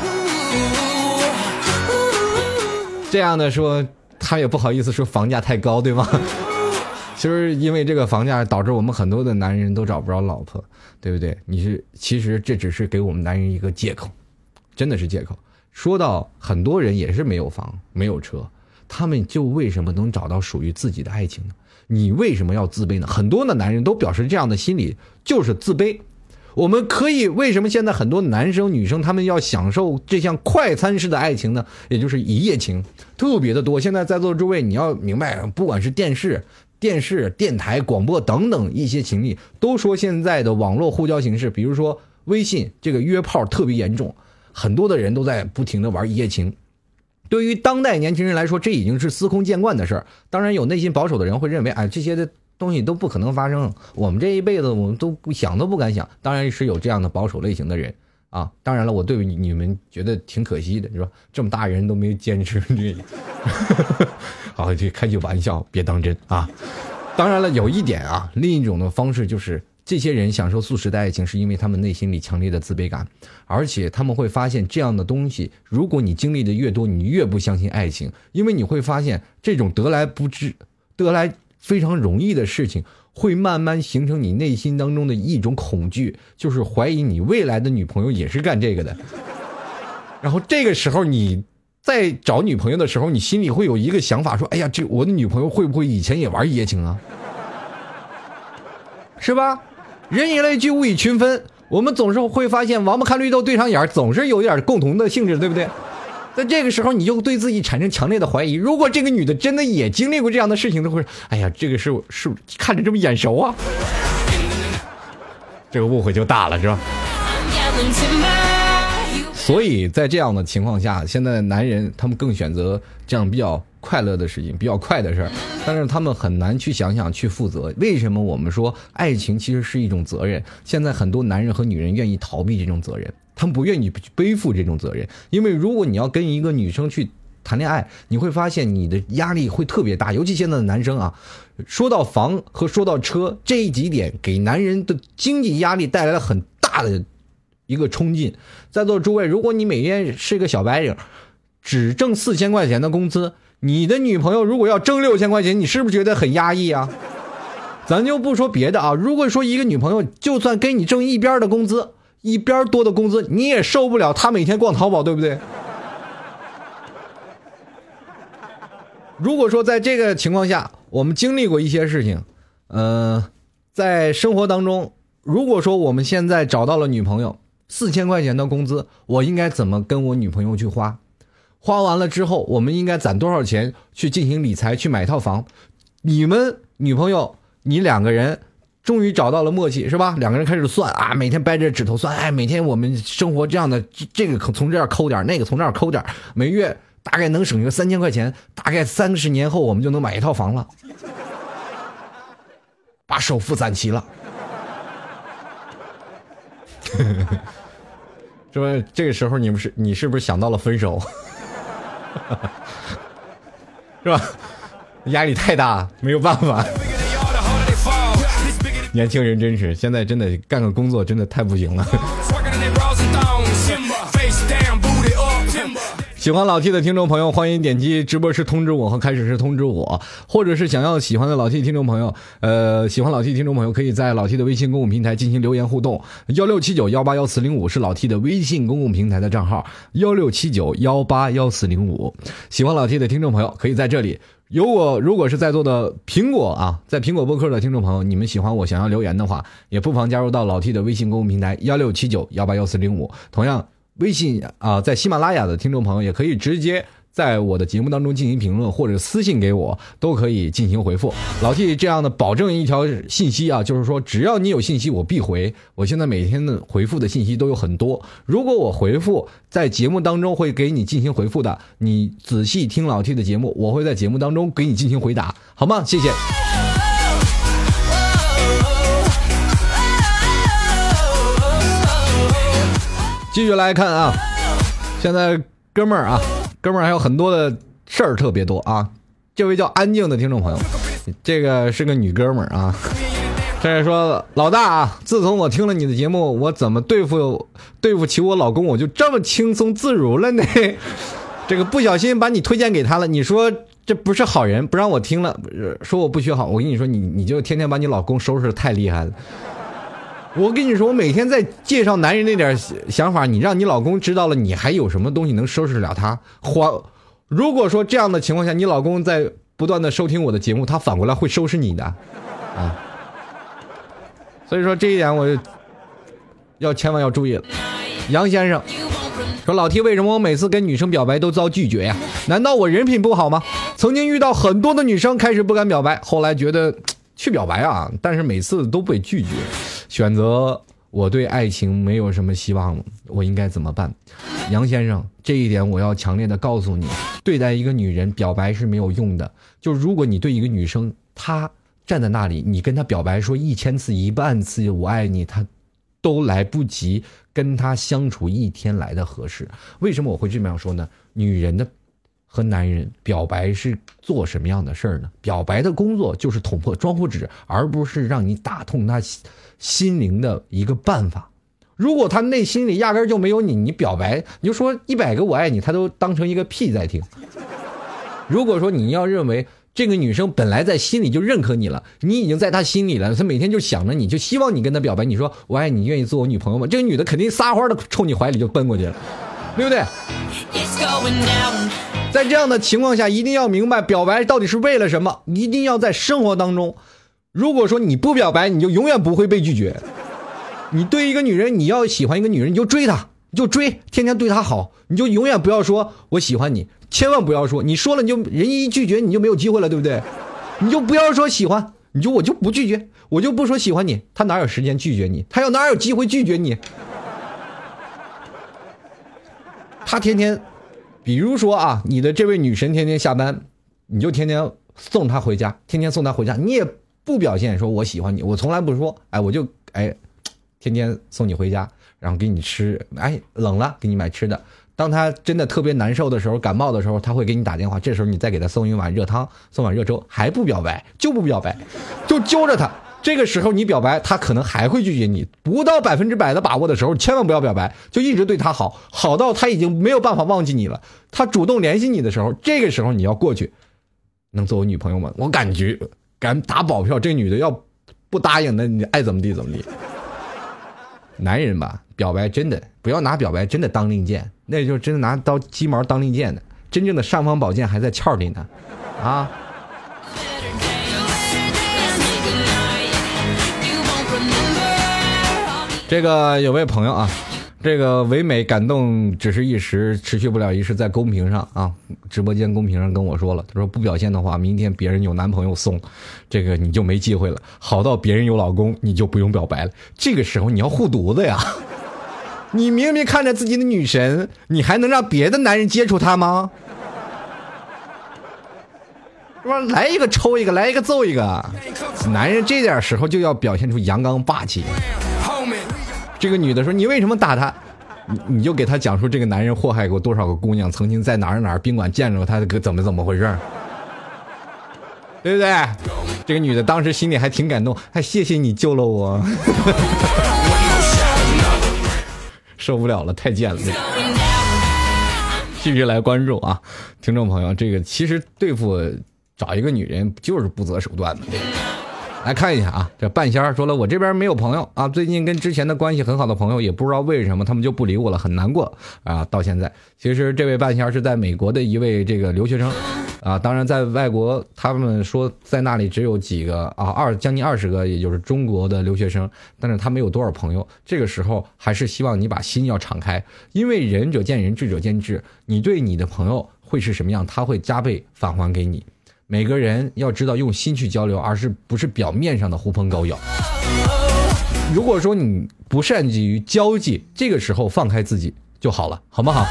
这样的说，他也不好意思说房价太高，对吗？其实因为这个房价导致我们很多的男人都找不着老婆，对不对？你是其实这只是给我们男人一个借口，真的是借口。说到很多人也是没有房没有车，他们就为什么能找到属于自己的爱情呢？你为什么要自卑呢？很多的男人都表示这样的心理就是自卑。我们可以为什么现在很多男生女生他们要享受这项快餐式的爱情呢？也就是一夜情，特别的多。现在在座的诸位你要明白，不管是电视电视电台广播等等一些情侣，都说现在的网络互交形式，比如说微信这个约炮特别严重，很多的人都在不停的玩一夜情。对于当代年轻人来说，这已经是司空见惯的事儿。当然有内心保守的人会认为，哎，这些的东西都不可能发生，我们这一辈子我们都想都不敢想。当然是有这样的保守类型的人啊。当然了，我对你们觉得挺可惜的，是吧？这么大人都没有坚持这个。好，这开句玩笑，别当真啊。当然了，有一点啊，另一种的方式就是这些人享受速食的爱情，是因为他们内心里强烈的自卑感，而且他们会发现这样的东西，如果你经历的越多，你越不相信爱情，因为你会发现这种得来不知、得来非常容易的事情，会慢慢形成你内心当中的一种恐惧，就是怀疑你未来的女朋友也是干这个的。然后这个时候你在找女朋友的时候，你心里会有一个想法，说：“哎呀，这我的女朋友会不会以前也玩一夜情啊？”是吧？人以类聚，物以群分，我们总是会发现王八看绿豆对上眼，总是有一点共同的性质，对不对？在这个时候你就对自己产生强烈的怀疑，如果这个女的真的也经历过这样的事情，都会哎呀，这个是是看着这么眼熟啊，这个误会就大了，是吧？所以在这样的情况下，现在的男人他们更选择这样比较快乐的事情，比较快的事儿。 但是他们很难去想想去负责。为什么我们说爱情其实是一种责任？现在很多男人和女人愿意逃避这种责任，他们不愿意背负这种责任，因为如果你要跟一个女生去谈恋爱，你会发现你的压力会特别大，尤其现在的男生啊，说到房和说到车这几点，给男人的经济压力带来了很大的一个冲劲。在座诸位，如果你每天是个小白领，只挣四千块钱的工资，你的女朋友如果要挣六千块钱，你是不是觉得很压抑啊？咱就不说别的啊，如果说一个女朋友就算跟你挣一边的工资，一边多的工资，你也受不了她每天逛淘宝，对不对？如果说在这个情况下，我们经历过一些事情，呃，在生活当中，如果说我们现在找到了女朋友，四千块钱的工资，我应该怎么跟我女朋友去花？花完了之后，我们应该攒多少钱去进行理财，去买套房？你们女朋友，你两个人终于找到了默契，是吧？两个人开始算啊，每天掰着指头算，哎，每天我们生活这样的，这个从这儿抠点，那个从这儿抠点，每月大概能省个三千块钱，大概三十年后我们就能买一套房了，把首付攒齐了。是不是这个时候你们是你是不是想到了分手？是吧？压力太大，没有办法。年轻人真是现在真的干个工作真的太不行了。喜欢老 T 的听众朋友，欢迎点击直播时通知我和开始时通知我，或者是想要喜欢的老 T 听众朋友，呃，喜欢老 T 听众朋友可以在老 T 的微信公共平台进行留言互动，幺六七九幺八幺四零五是老 T 的微信公共平台的账号，幺六七九幺八幺四零五。喜欢老 T 的听众朋友可以在这里。有我如果是在座的苹果啊，在苹果播客的听众朋友，你们喜欢我想要留言的话，也不妨加入到老 T 的微信公共平台幺六七九幺八幺四零五。同样微信啊、呃，在喜马拉雅的听众朋友也可以直接在我的节目当中进行评论，或者私信给我，都可以进行回复。老 T 这样的保证一条信息啊，就是说只要你有信息我必回。我现在每天的回复的信息都有很多，如果我回复在节目当中会给你进行回复的，你仔细听老 T 的节目，我会在节目当中给你进行回答，好吗？谢谢。继续来看啊，现在哥们儿啊，哥们儿还有很多的事儿特别多啊。这位叫安静的听众朋友，这个是个女哥们儿啊。这是说老大啊，自从我听了你的节目，我怎么对付对付起我老公，我就这么轻松自如了呢？这个不小心把你推荐给他了，你说这不是好人，不让我听了，说我不学好。我跟你说，你你就天天把你老公收拾得太厉害了。我跟你说，我每天在介绍男人那点想法，你让你老公知道了，你还有什么东西能收拾了他？花，如果说这样的情况下，你老公在不断的收听我的节目，他反过来会收拾你的啊。所以说这一点我要千万要注意了。杨先生说，老 T 为什么我每次跟女生表白都遭拒绝呀？难道我人品不好吗？曾经遇到很多的女生开始不敢表白，后来觉得去表白啊，但是每次都被拒绝，选择我对爱情没有什么希望了，我应该怎么办？杨先生，这一点我要强烈的告诉你，对待一个女人表白是没有用的。就如果你对一个女生，她站在那里，你跟她表白说一千次一万次我爱你，她都来不及跟她相处一天来的合适。为什么我会这么样说呢？女人的和男人表白是做什么样的事儿呢？表白的工作就是捅破窗户纸，而不是让你打通他心灵的一个办法。如果他内心里压根就没有你，你表白你就说一百个我爱你，他都当成一个屁在听。如果说你要认为这个女生本来在心里就认可你了，你已经在她心里了，她每天就想着你，就希望你跟她表白，你说我爱你，愿意做我女朋友吗？这个女的肯定撒欢的冲你怀里就奔过去了，对不对？在这样的情况下，一定要明白表白到底是为了什么，一定要在生活当中，如果说你不表白，你就永远不会被拒绝。你对一个女人，你要喜欢一个女人，你就追她，你就追，天天对她好，你就永远不要说我喜欢你，千万不要说，你说了你就人一拒绝你就没有机会了，对不对？你就不要说喜欢，你就我就不拒绝，我就不说喜欢你，他哪有时间拒绝你？他要哪有机会拒绝你？他天天比如说啊，你的这位女神天天下班，你就天天送她回家，天天送她回家，你也不表现说我喜欢你，我从来不说，哎，我就哎，天天送你回家，然后给你吃，哎，冷了给你买吃的。当她真的特别难受的时候，感冒的时候，她会给你打电话，这时候你再给她送一碗热汤，送碗热粥，还不表白，就不表白，就揪着她。这个时候你表白，她可能还会拒绝你。不到百分之百的把握的时候，千万不要表白，就一直对她好，好到她已经没有办法忘记你了。她主动联系你的时候，这个时候你要过去，能做我女朋友吗？我感觉敢打保票，这女的要不答应，那你爱怎么地怎么地。男人吧，表白真的不要拿表白真的当令箭，那就真的拿刀鸡毛当令箭的，真正的尚方宝剑还在鞘里呢，啊！这个有位朋友啊，这个唯美感动只是一时，持续不了一世，在公屏上啊，直播间公屏上跟我说了，他说不表现的话，明天别人有男朋友送，这个你就没机会了。好到别人有老公，你就不用表白了。这个时候你要护犊子呀！你明明看着自己的女神，你还能让别的男人接触她吗？是吧？来一个抽一个，来一个揍一个。男人这点时候就要表现出阳刚霸气。这个女的说你为什么打他，你你就给他讲述这个男人祸害过多少个姑娘，曾经在哪儿哪儿宾馆见着他怎么怎么回事，对不对？这个女的当时心里还挺感动，还谢谢你救了我。受不了了，太贱了。继续来关注啊，听众朋友，这个其实对付找一个女人就是不择手段嘛。来看一下啊，这半仙儿说了，我这边没有朋友啊，最近跟之前的关系很好的朋友也不知道为什么他们就不理我了，很难过啊。到现在，其实这位半仙儿是在美国的一位这个留学生啊，当然在外国他们说在那里只有几个啊二将近二十个，也就是中国的留学生，但是他没有多少朋友。这个时候还是希望你把心要敞开，因为仁者见仁，智者见智，你对你的朋友会是什么样，他会加倍返还给你。每个人要知道用心去交流，而是不是表面上的狐朋狗友。如果说你不善于交际，这个时候放开自己就好了，好不好？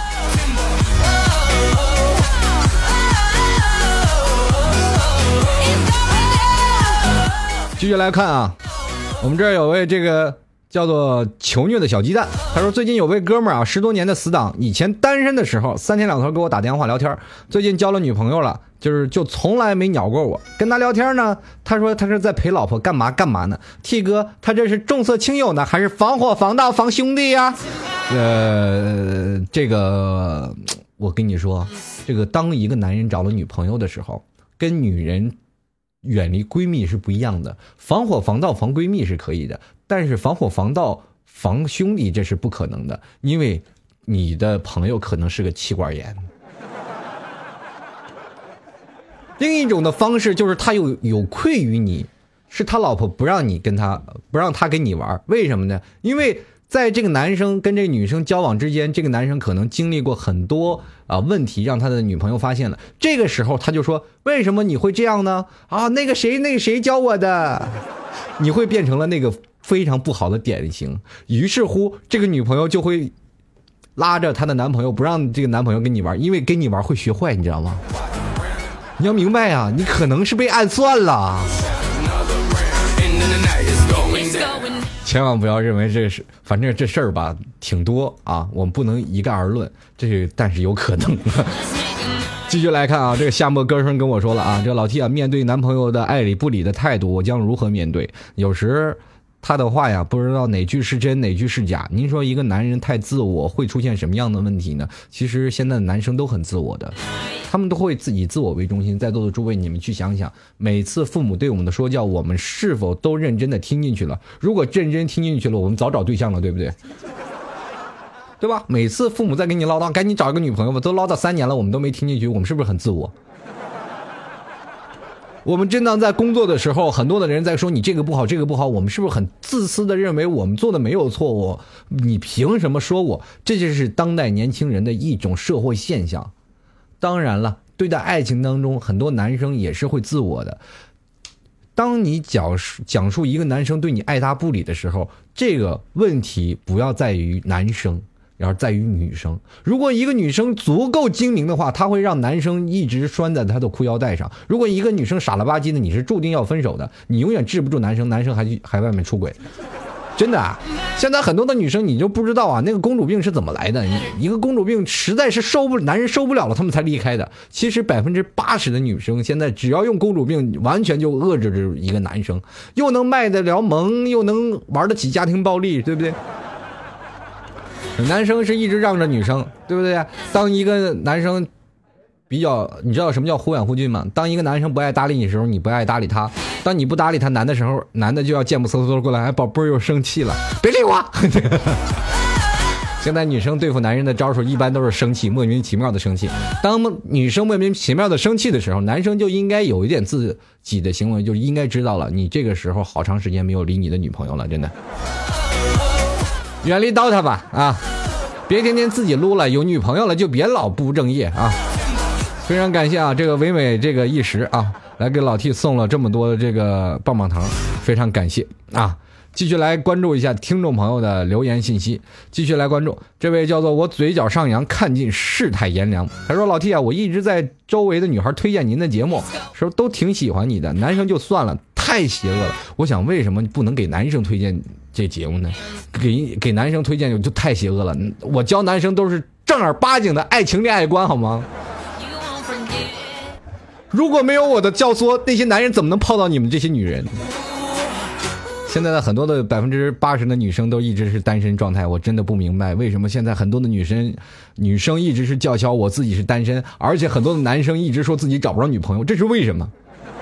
继续来看啊，我们这儿有位这个叫做求虐的小鸡蛋，他说最近有位哥们儿啊，十多年的死党，以前单身的时候三天两头给我打电话聊天，最近交了女朋友了，就是就从来没鸟过我。跟他聊天呢，他说他是在陪老婆干嘛干嘛呢。T 哥，他这是重色轻友呢，还是防火防盗防兄弟呀？呃，这个我跟你说，这个当一个男人找了女朋友的时候，跟女人远离闺蜜是不一样的。防火防盗防闺蜜是可以的，但是防火防盗防兄弟这是不可能的，因为你的朋友可能是个气管炎。另一种的方式就是他有有愧于你，是他老婆不让你跟他不让他跟你玩，为什么呢？因为在这个男生跟这个女生交往之间，这个男生可能经历过很多啊问题，让他的女朋友发现了。这个时候他就说，为什么你会这样呢？啊，那个谁那个谁教我的。你会变成了那个非常不好的典型，于是乎这个女朋友就会拉着她的男朋友不让这个男朋友跟你玩，因为跟你玩会学坏，你知道吗？你要明白啊，你可能是被暗算了。千万不要认为这是，反正这事儿吧挺多啊，我们不能一概而论，这是但是有可能。继续来看啊，这个夏末歌声跟我说了啊，这个老 T 啊，面对男朋友的爱理不理的态度，我将如何面对？有时他的话呀，不知道哪句是真哪句是假。您说一个男人太自我会出现什么样的问题呢？其实现在的男生都很自我的，他们都会自己自我为中心。在座的诸位，你们去想想，每次父母对我们的说教，我们是否都认真的听进去了？如果认真听进去了，我们早找对象了，对不对？对吧？每次父母在给你唠叨，赶紧找一个女朋友吧，都唠叨三年了，我们都没听进去，我们是不是很自我？我们真当在工作的时候，很多的人在说你这个不好这个不好，我们是不是很自私的认为我们做的没有错误？你凭什么说我？这就是当代年轻人的一种社会现象。当然了，对待爱情当中，很多男生也是会自我的。当你讲述讲述一个男生对你爱答不理的时候，这个问题不要在于男生， 然后在于女生。如果一个女生足够精明的话，她会让男生一直拴在她的裤腰带上。如果一个女生傻了吧唧的，你是注定要分手的，你永远治不住男生，男生还还外面出轨。真的啊，现在很多的女生你就不知道啊，那个公主病是怎么来的？一个公主病实在是受不男人受不了了，他们才离开的。其实百分之八十的女生现在只要用公主病，完全就遏制着一个男生，又能卖得了萌，又能玩得起家庭暴力，对不对？男生是一直让着女生，对不对？当一个男生比较，你知道什么叫忽远忽近吗？当一个男生不爱搭理你的时候，你不爱搭理他；当你不搭理他男的时候，男的就要贱不嗖嗖过来，哎，宝贝儿又生气了，别理我。现在女生对付男人的招数一般都是生气，莫名其妙的生气。当女生莫名其妙的生气的时候，男生就应该有一点自己的行为，就应该知道了，你这个时候好长时间没有理你的女朋友了，真的。远离刀他吧啊！别天天自己撸了，有女朋友了就别老不务正业啊！非常感谢啊，这个唯美这个一时啊，来给老 T 送了这么多的这个棒棒糖，非常感谢啊！继续来关注一下听众朋友的留言信息，继续来关注这位叫做我嘴角上扬看尽世态炎凉，他说老 T 啊，我一直在周围的女孩推荐您的节目，说都挺喜欢你的，男生就算了，太邪恶了。我想为什么不能给男生推荐这节目呢？给给男生推荐就太邪恶了。我教男生都是正儿八经的爱情恋爱观，好吗？如果没有我的教唆，那些男人怎么能泡到你们这些女人？现在的很多的百分之八十的女生都一直是单身状态，我真的不明白为什么现在很多的女生女生一直是叫嚣我自己是单身，而且很多的男生一直说自己找不着女朋友，这是为什么？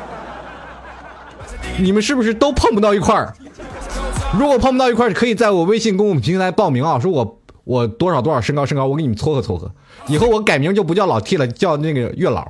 你们是不是都碰不到一块儿？如果碰不到一块儿，可以在我微信公共平台报名啊，说我我多少多少身高身高，我给你们撮合撮合。以后我改名就不叫老 T 了，叫那个月老。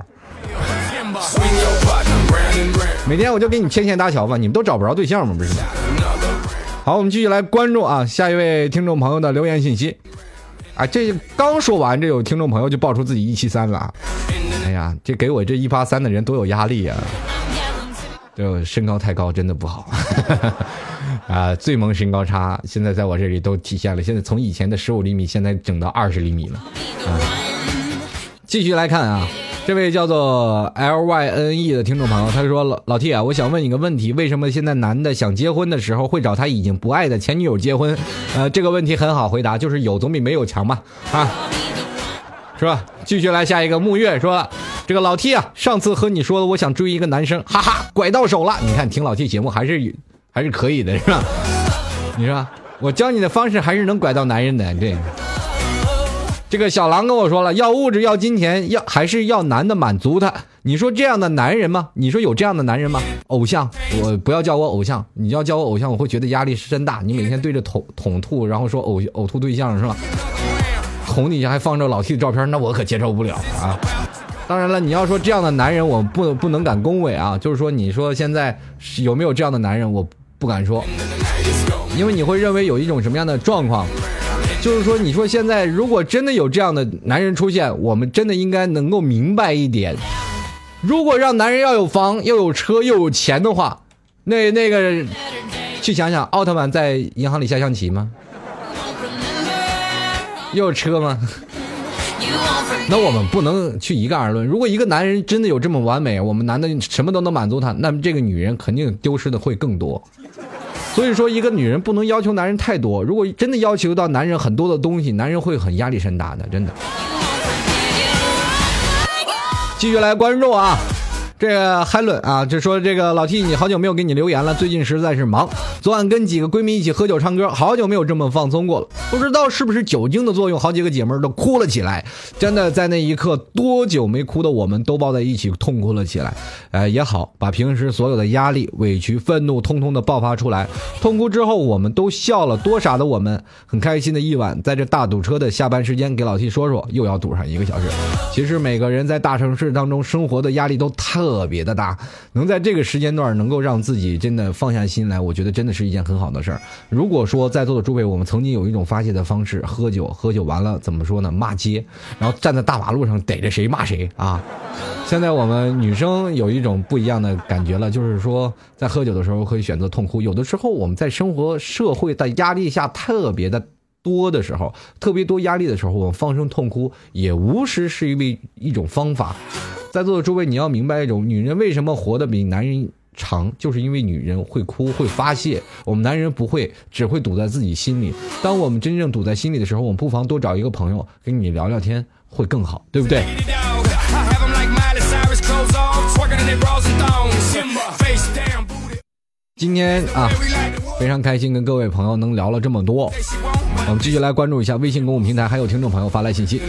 每天我就给你牵线搭桥吧，你们都找不着对象吗？不是？好，我们继续来关注啊，下一位听众朋友的留言信息。啊，这刚说完，这有聽眾朋友就爆出自己一七三了。哎呀，这给我这一八三的人多有压力啊！这身高太高真的不好。啊，最萌身高差现在在我这里都体现了，现在从以前的十五厘米，现在整到二十厘米了。啊，继续来看啊。这位叫做 L Y N E 的听众朋友，他说老老 T 啊，我想问你个问题，为什么现在男的想结婚的时候会找他已经不爱的前女友结婚？呃，这个问题很好回答，就是有总比没有强嘛，啊，是吧？继续来下一个木月说，这个老 T 啊，上次和你说的我想追一个男生，哈哈，拐到手了。你看听老 T 节目还是还是可以的，是吧？你说我教你的方式还是能拐到男人的，对。这个小狼跟我说了，要物质要金钱，要还是要男的满足他。你说这样的男人吗？你说有这样的男人吗？偶像，我不要叫我偶像，你要叫我偶像，我会觉得压力是真大。你每天对着捅捅吐，然后说呕呕吐对象是吧？桶底下还放着老 T 的照片，那我可接受不了啊。当然了，你要说这样的男人，我不不能敢恭维啊。就是说，你说现在有没有这样的男人，我不敢说，因为你会认为有一种什么样的状况。就是说，你说现在如果真的有这样的男人出现，我们真的应该能够明白一点，如果让男人要有房又有车又有钱的话，那那个去想想，奥特曼在银行里下象棋吗？又有车吗？那我们不能去一概而论。如果一个男人真的有这么完美，我们男的什么都能满足他，那么这个女人肯定丢失的会更多。所以说一个女人不能要求男人太多，如果真的要求到男人很多的东西，男人会很压力山大的，真的。继续来关注啊，这个海伦啊，就说这个老 T 你好久没有给你留言了，最近实在是忙，昨晚跟几个闺蜜一起喝酒唱歌，好久没有这么放松过了，不知道是不是酒精的作用，好几个姐妹都哭了起来，真的在那一刻，多久没哭的我们都抱在一起痛哭了起来。呃，也好，把平时所有的压力、委屈、愤怒通通的爆发出来，痛哭之后我们都笑了，多傻的我们，很开心的一晚，在这大堵车的下班时间给老 T 说说，又要堵上一个小时。其实每个人在大城市当中生活的压力都特别的大，能在这个时间段能够让自己真的放下心来，我觉得真的是一件很好的事儿。如果说在座的诸位，我们曾经有一种发泄的方式，喝酒，喝酒完了怎么说呢？骂街，然后站在大马路上逮着谁骂谁啊！现在我们女生有一种不一样的感觉了，就是说在喝酒的时候可以选择痛哭，有的时候我们在生活社会的压力下特别的多的时候，特别多压力的时候，我们放声痛哭也无时是一位一种方法。在座的诸位，你要明白一种，女人为什么活得比男人长，就是因为女人会哭会发泄，我们男人不会，只会堵在自己心里。当我们真正堵在心里的时候，我们不妨多找一个朋友跟你聊聊天会更好，对不对？今天啊，非常开心跟各位朋友能聊了这么多，我们继续来关注一下微信公众平台，还有听众朋友发来信息。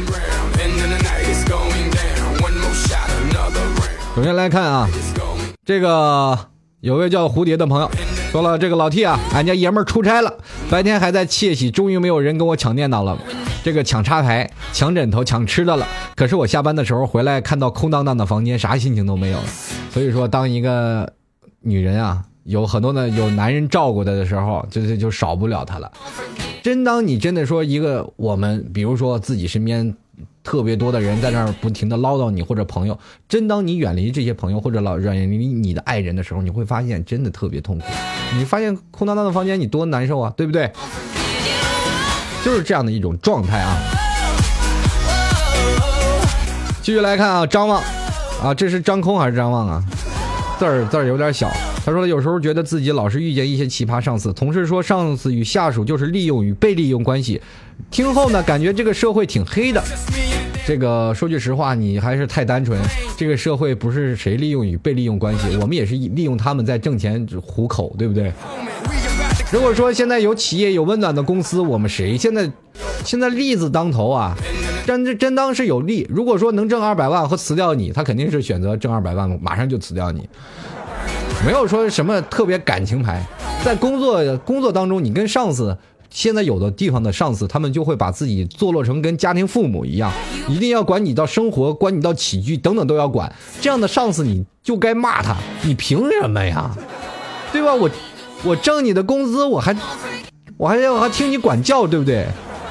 首先来看啊，这个有位叫蝴蝶的朋友说了，这个老 T 啊，俺家爷们儿出差了，白天还在窃喜，终于没有人跟我抢电脑了，这个抢插排、抢枕头、抢吃的了。可是我下班的时候回来，看到空荡荡的房间，啥心情都没有了。所以说，当一个女人啊，有很多的有男人照顾的时候，就就就少不了她了。真当你真的说一个我们，比如说自己身边特别多的人在那儿不停的唠叨你，或者朋友，真当你远离这些朋友或者老远离你的爱人的时候，你会发现真的特别痛苦。你发现空荡荡的房间你多难受啊，对不对？就是这样的一种状态啊。继续来看啊，张望啊，这是张空还是张望啊？字儿字儿有点小。他说有时候觉得自己老是遇见一些奇葩上司，同事说上司与下属就是利用与被利用关系，听后呢感觉这个社会挺黑的。这个说句实话，你还是太单纯，这个社会不是谁利用与被利用关系，我们也是利用他们在挣钱糊口，对不对？如果说现在有企业有温暖的公司，我们谁现在现在利字当头啊，真真当是有利。如果说能挣二百万和辞掉你，他肯定是选择挣二百万马上就辞掉你，没有说什么特别感情牌。在工作工作当中，你跟上司，现在有的地方的上司他们就会把自己做落成跟家庭父母一样，一定要管你到生活，管你到起居等等都要管。这样的上司你就该骂他，你凭什么呀？对吧？我我挣你的工资，我还我还要还听你管教，对不对？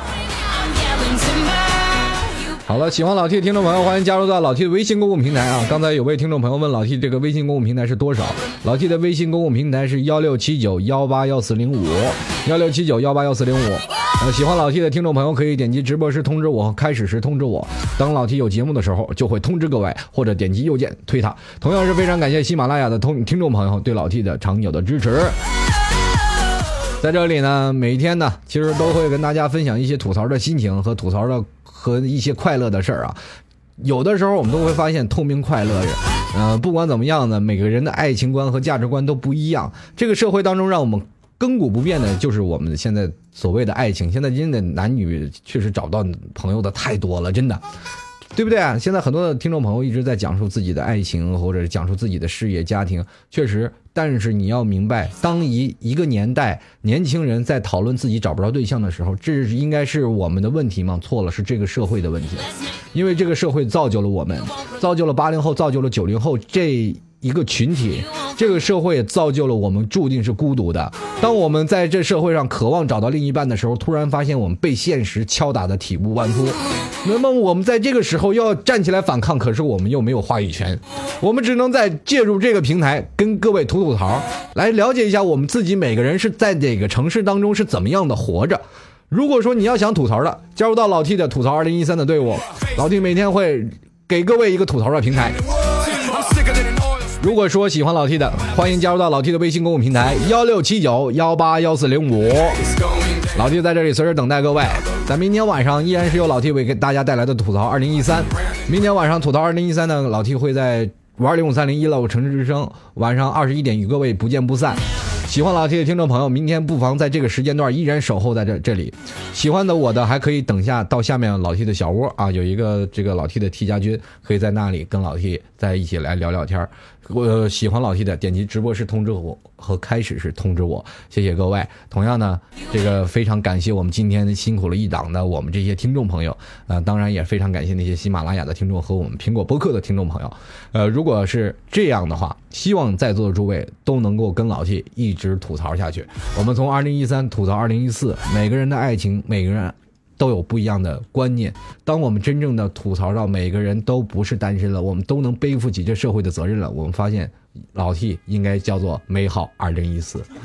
好了，喜欢老 T 的听众朋友，欢迎加入到老 T 的微信公共平台啊！刚才有位听众朋友问老 T 这个微信公共平台是多少？老 T 的微信公共平台是幺六七九幺八幺四零五，幺六七九幺八幺四零五。呃，喜欢老 T 的听众朋友可以点击直播时通知我，开始时通知我。当老 T 有节目的时候，就会通知各位，或者点击右键推他。同样是非常感谢喜马拉雅的听听众朋友对老 T 的长久的支持。在这里呢，每一天呢，其实都会跟大家分享一些吐槽的心情和吐槽的和一些快乐的事儿啊。有的时候我们都会发现痛并快乐着，呃，不管怎么样呢，每个人的爱情观和价值观都不一样。这个社会当中让我们亘古不变的就是我们现在所谓的爱情。现在真的男女确实找到朋友的太多了，真的。对不对啊？现在很多的听众朋友一直在讲述自己的爱情，或者讲述自己的事业家庭，确实，但是你要明白，当一一个年代年轻人在讨论自己找不着对象的时候，这应该是我们的问题吗？错了，是这个社会的问题。因为这个社会造就了我们，造就了八零后，造就了九零后这一个群体，这个社会也造就了我们注定是孤独的。当我们在这社会上渴望找到另一半的时候，突然发现我们被现实敲打的体无完肤。那么我们在这个时候要站起来反抗，可是我们又没有话语权，我们只能在借助这个平台跟各位吐吐槽，来了解一下我们自己每个人是在哪个城市当中是怎么样的活着。如果说你要想吐槽的，加入到老 T 的吐槽二零一三的队伍，老 T 每天会给各位一个吐槽的平台。如果说喜欢老 T 的，欢迎加入到老 T 的微信公共平台幺六七九幺八幺四零五。老 T 在这里随时等待各位，在明天晚上依然是由老 T 为给大家带来的吐槽二零一三。明天晚上吐槽二零一三呢，老 T 会在五二零五三零一乐城市之声晚上二十一点与各位不见不散。喜欢老 T 的听众朋友，明天不妨在这个时间段依然守候在这这里。喜欢的我的还可以等下到下面老 T 的小窝啊，有一个这个老 T 的 T 家军，可以在那里跟老 T 在一起来聊聊天。我喜欢老 T 的，点击直播时通知我和开始时通知我，谢谢各位。同样呢，这个非常感谢我们今天辛苦了一档的我们这些听众朋友，呃，当然也非常感谢那些喜马拉雅的听众和我们苹果播客的听众朋友。呃，如果是这样的话，希望在座的诸位都能够跟老 T 一直吐槽下去。我们从二零一三吐槽二零一四，每个人的爱情，每个人都有不一样的观念。当我们真正的吐槽到每个人都不是单身了，我们都能背负起这社会的责任了，我们发现老 T 应该叫做美好二零一四。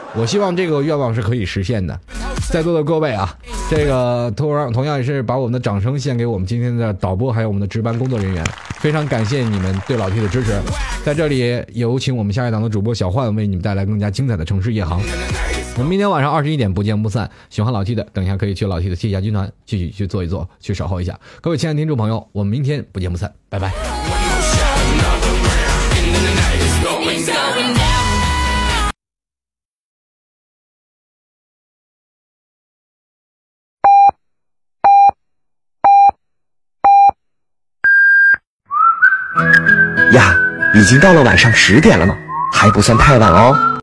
我希望这个愿望是可以实现的。在座的各位啊，这个同样同样也是把我们的掌声献给我们今天的导播还有我们的值班工作人员，非常感谢你们对老 T 的支持。在这里有请我们下一档的主播小焕为你们带来更加精彩的城市夜航。我们明天晚上二十一点不见不散。喜欢老 T 的，等一下可以去老 T 的线下军团继续去做一做，去守候一下。各位亲爱的听众朋友，我们明天不见不散，拜拜。 呀，已经到了晚上十点了呢，还不算太晚哦。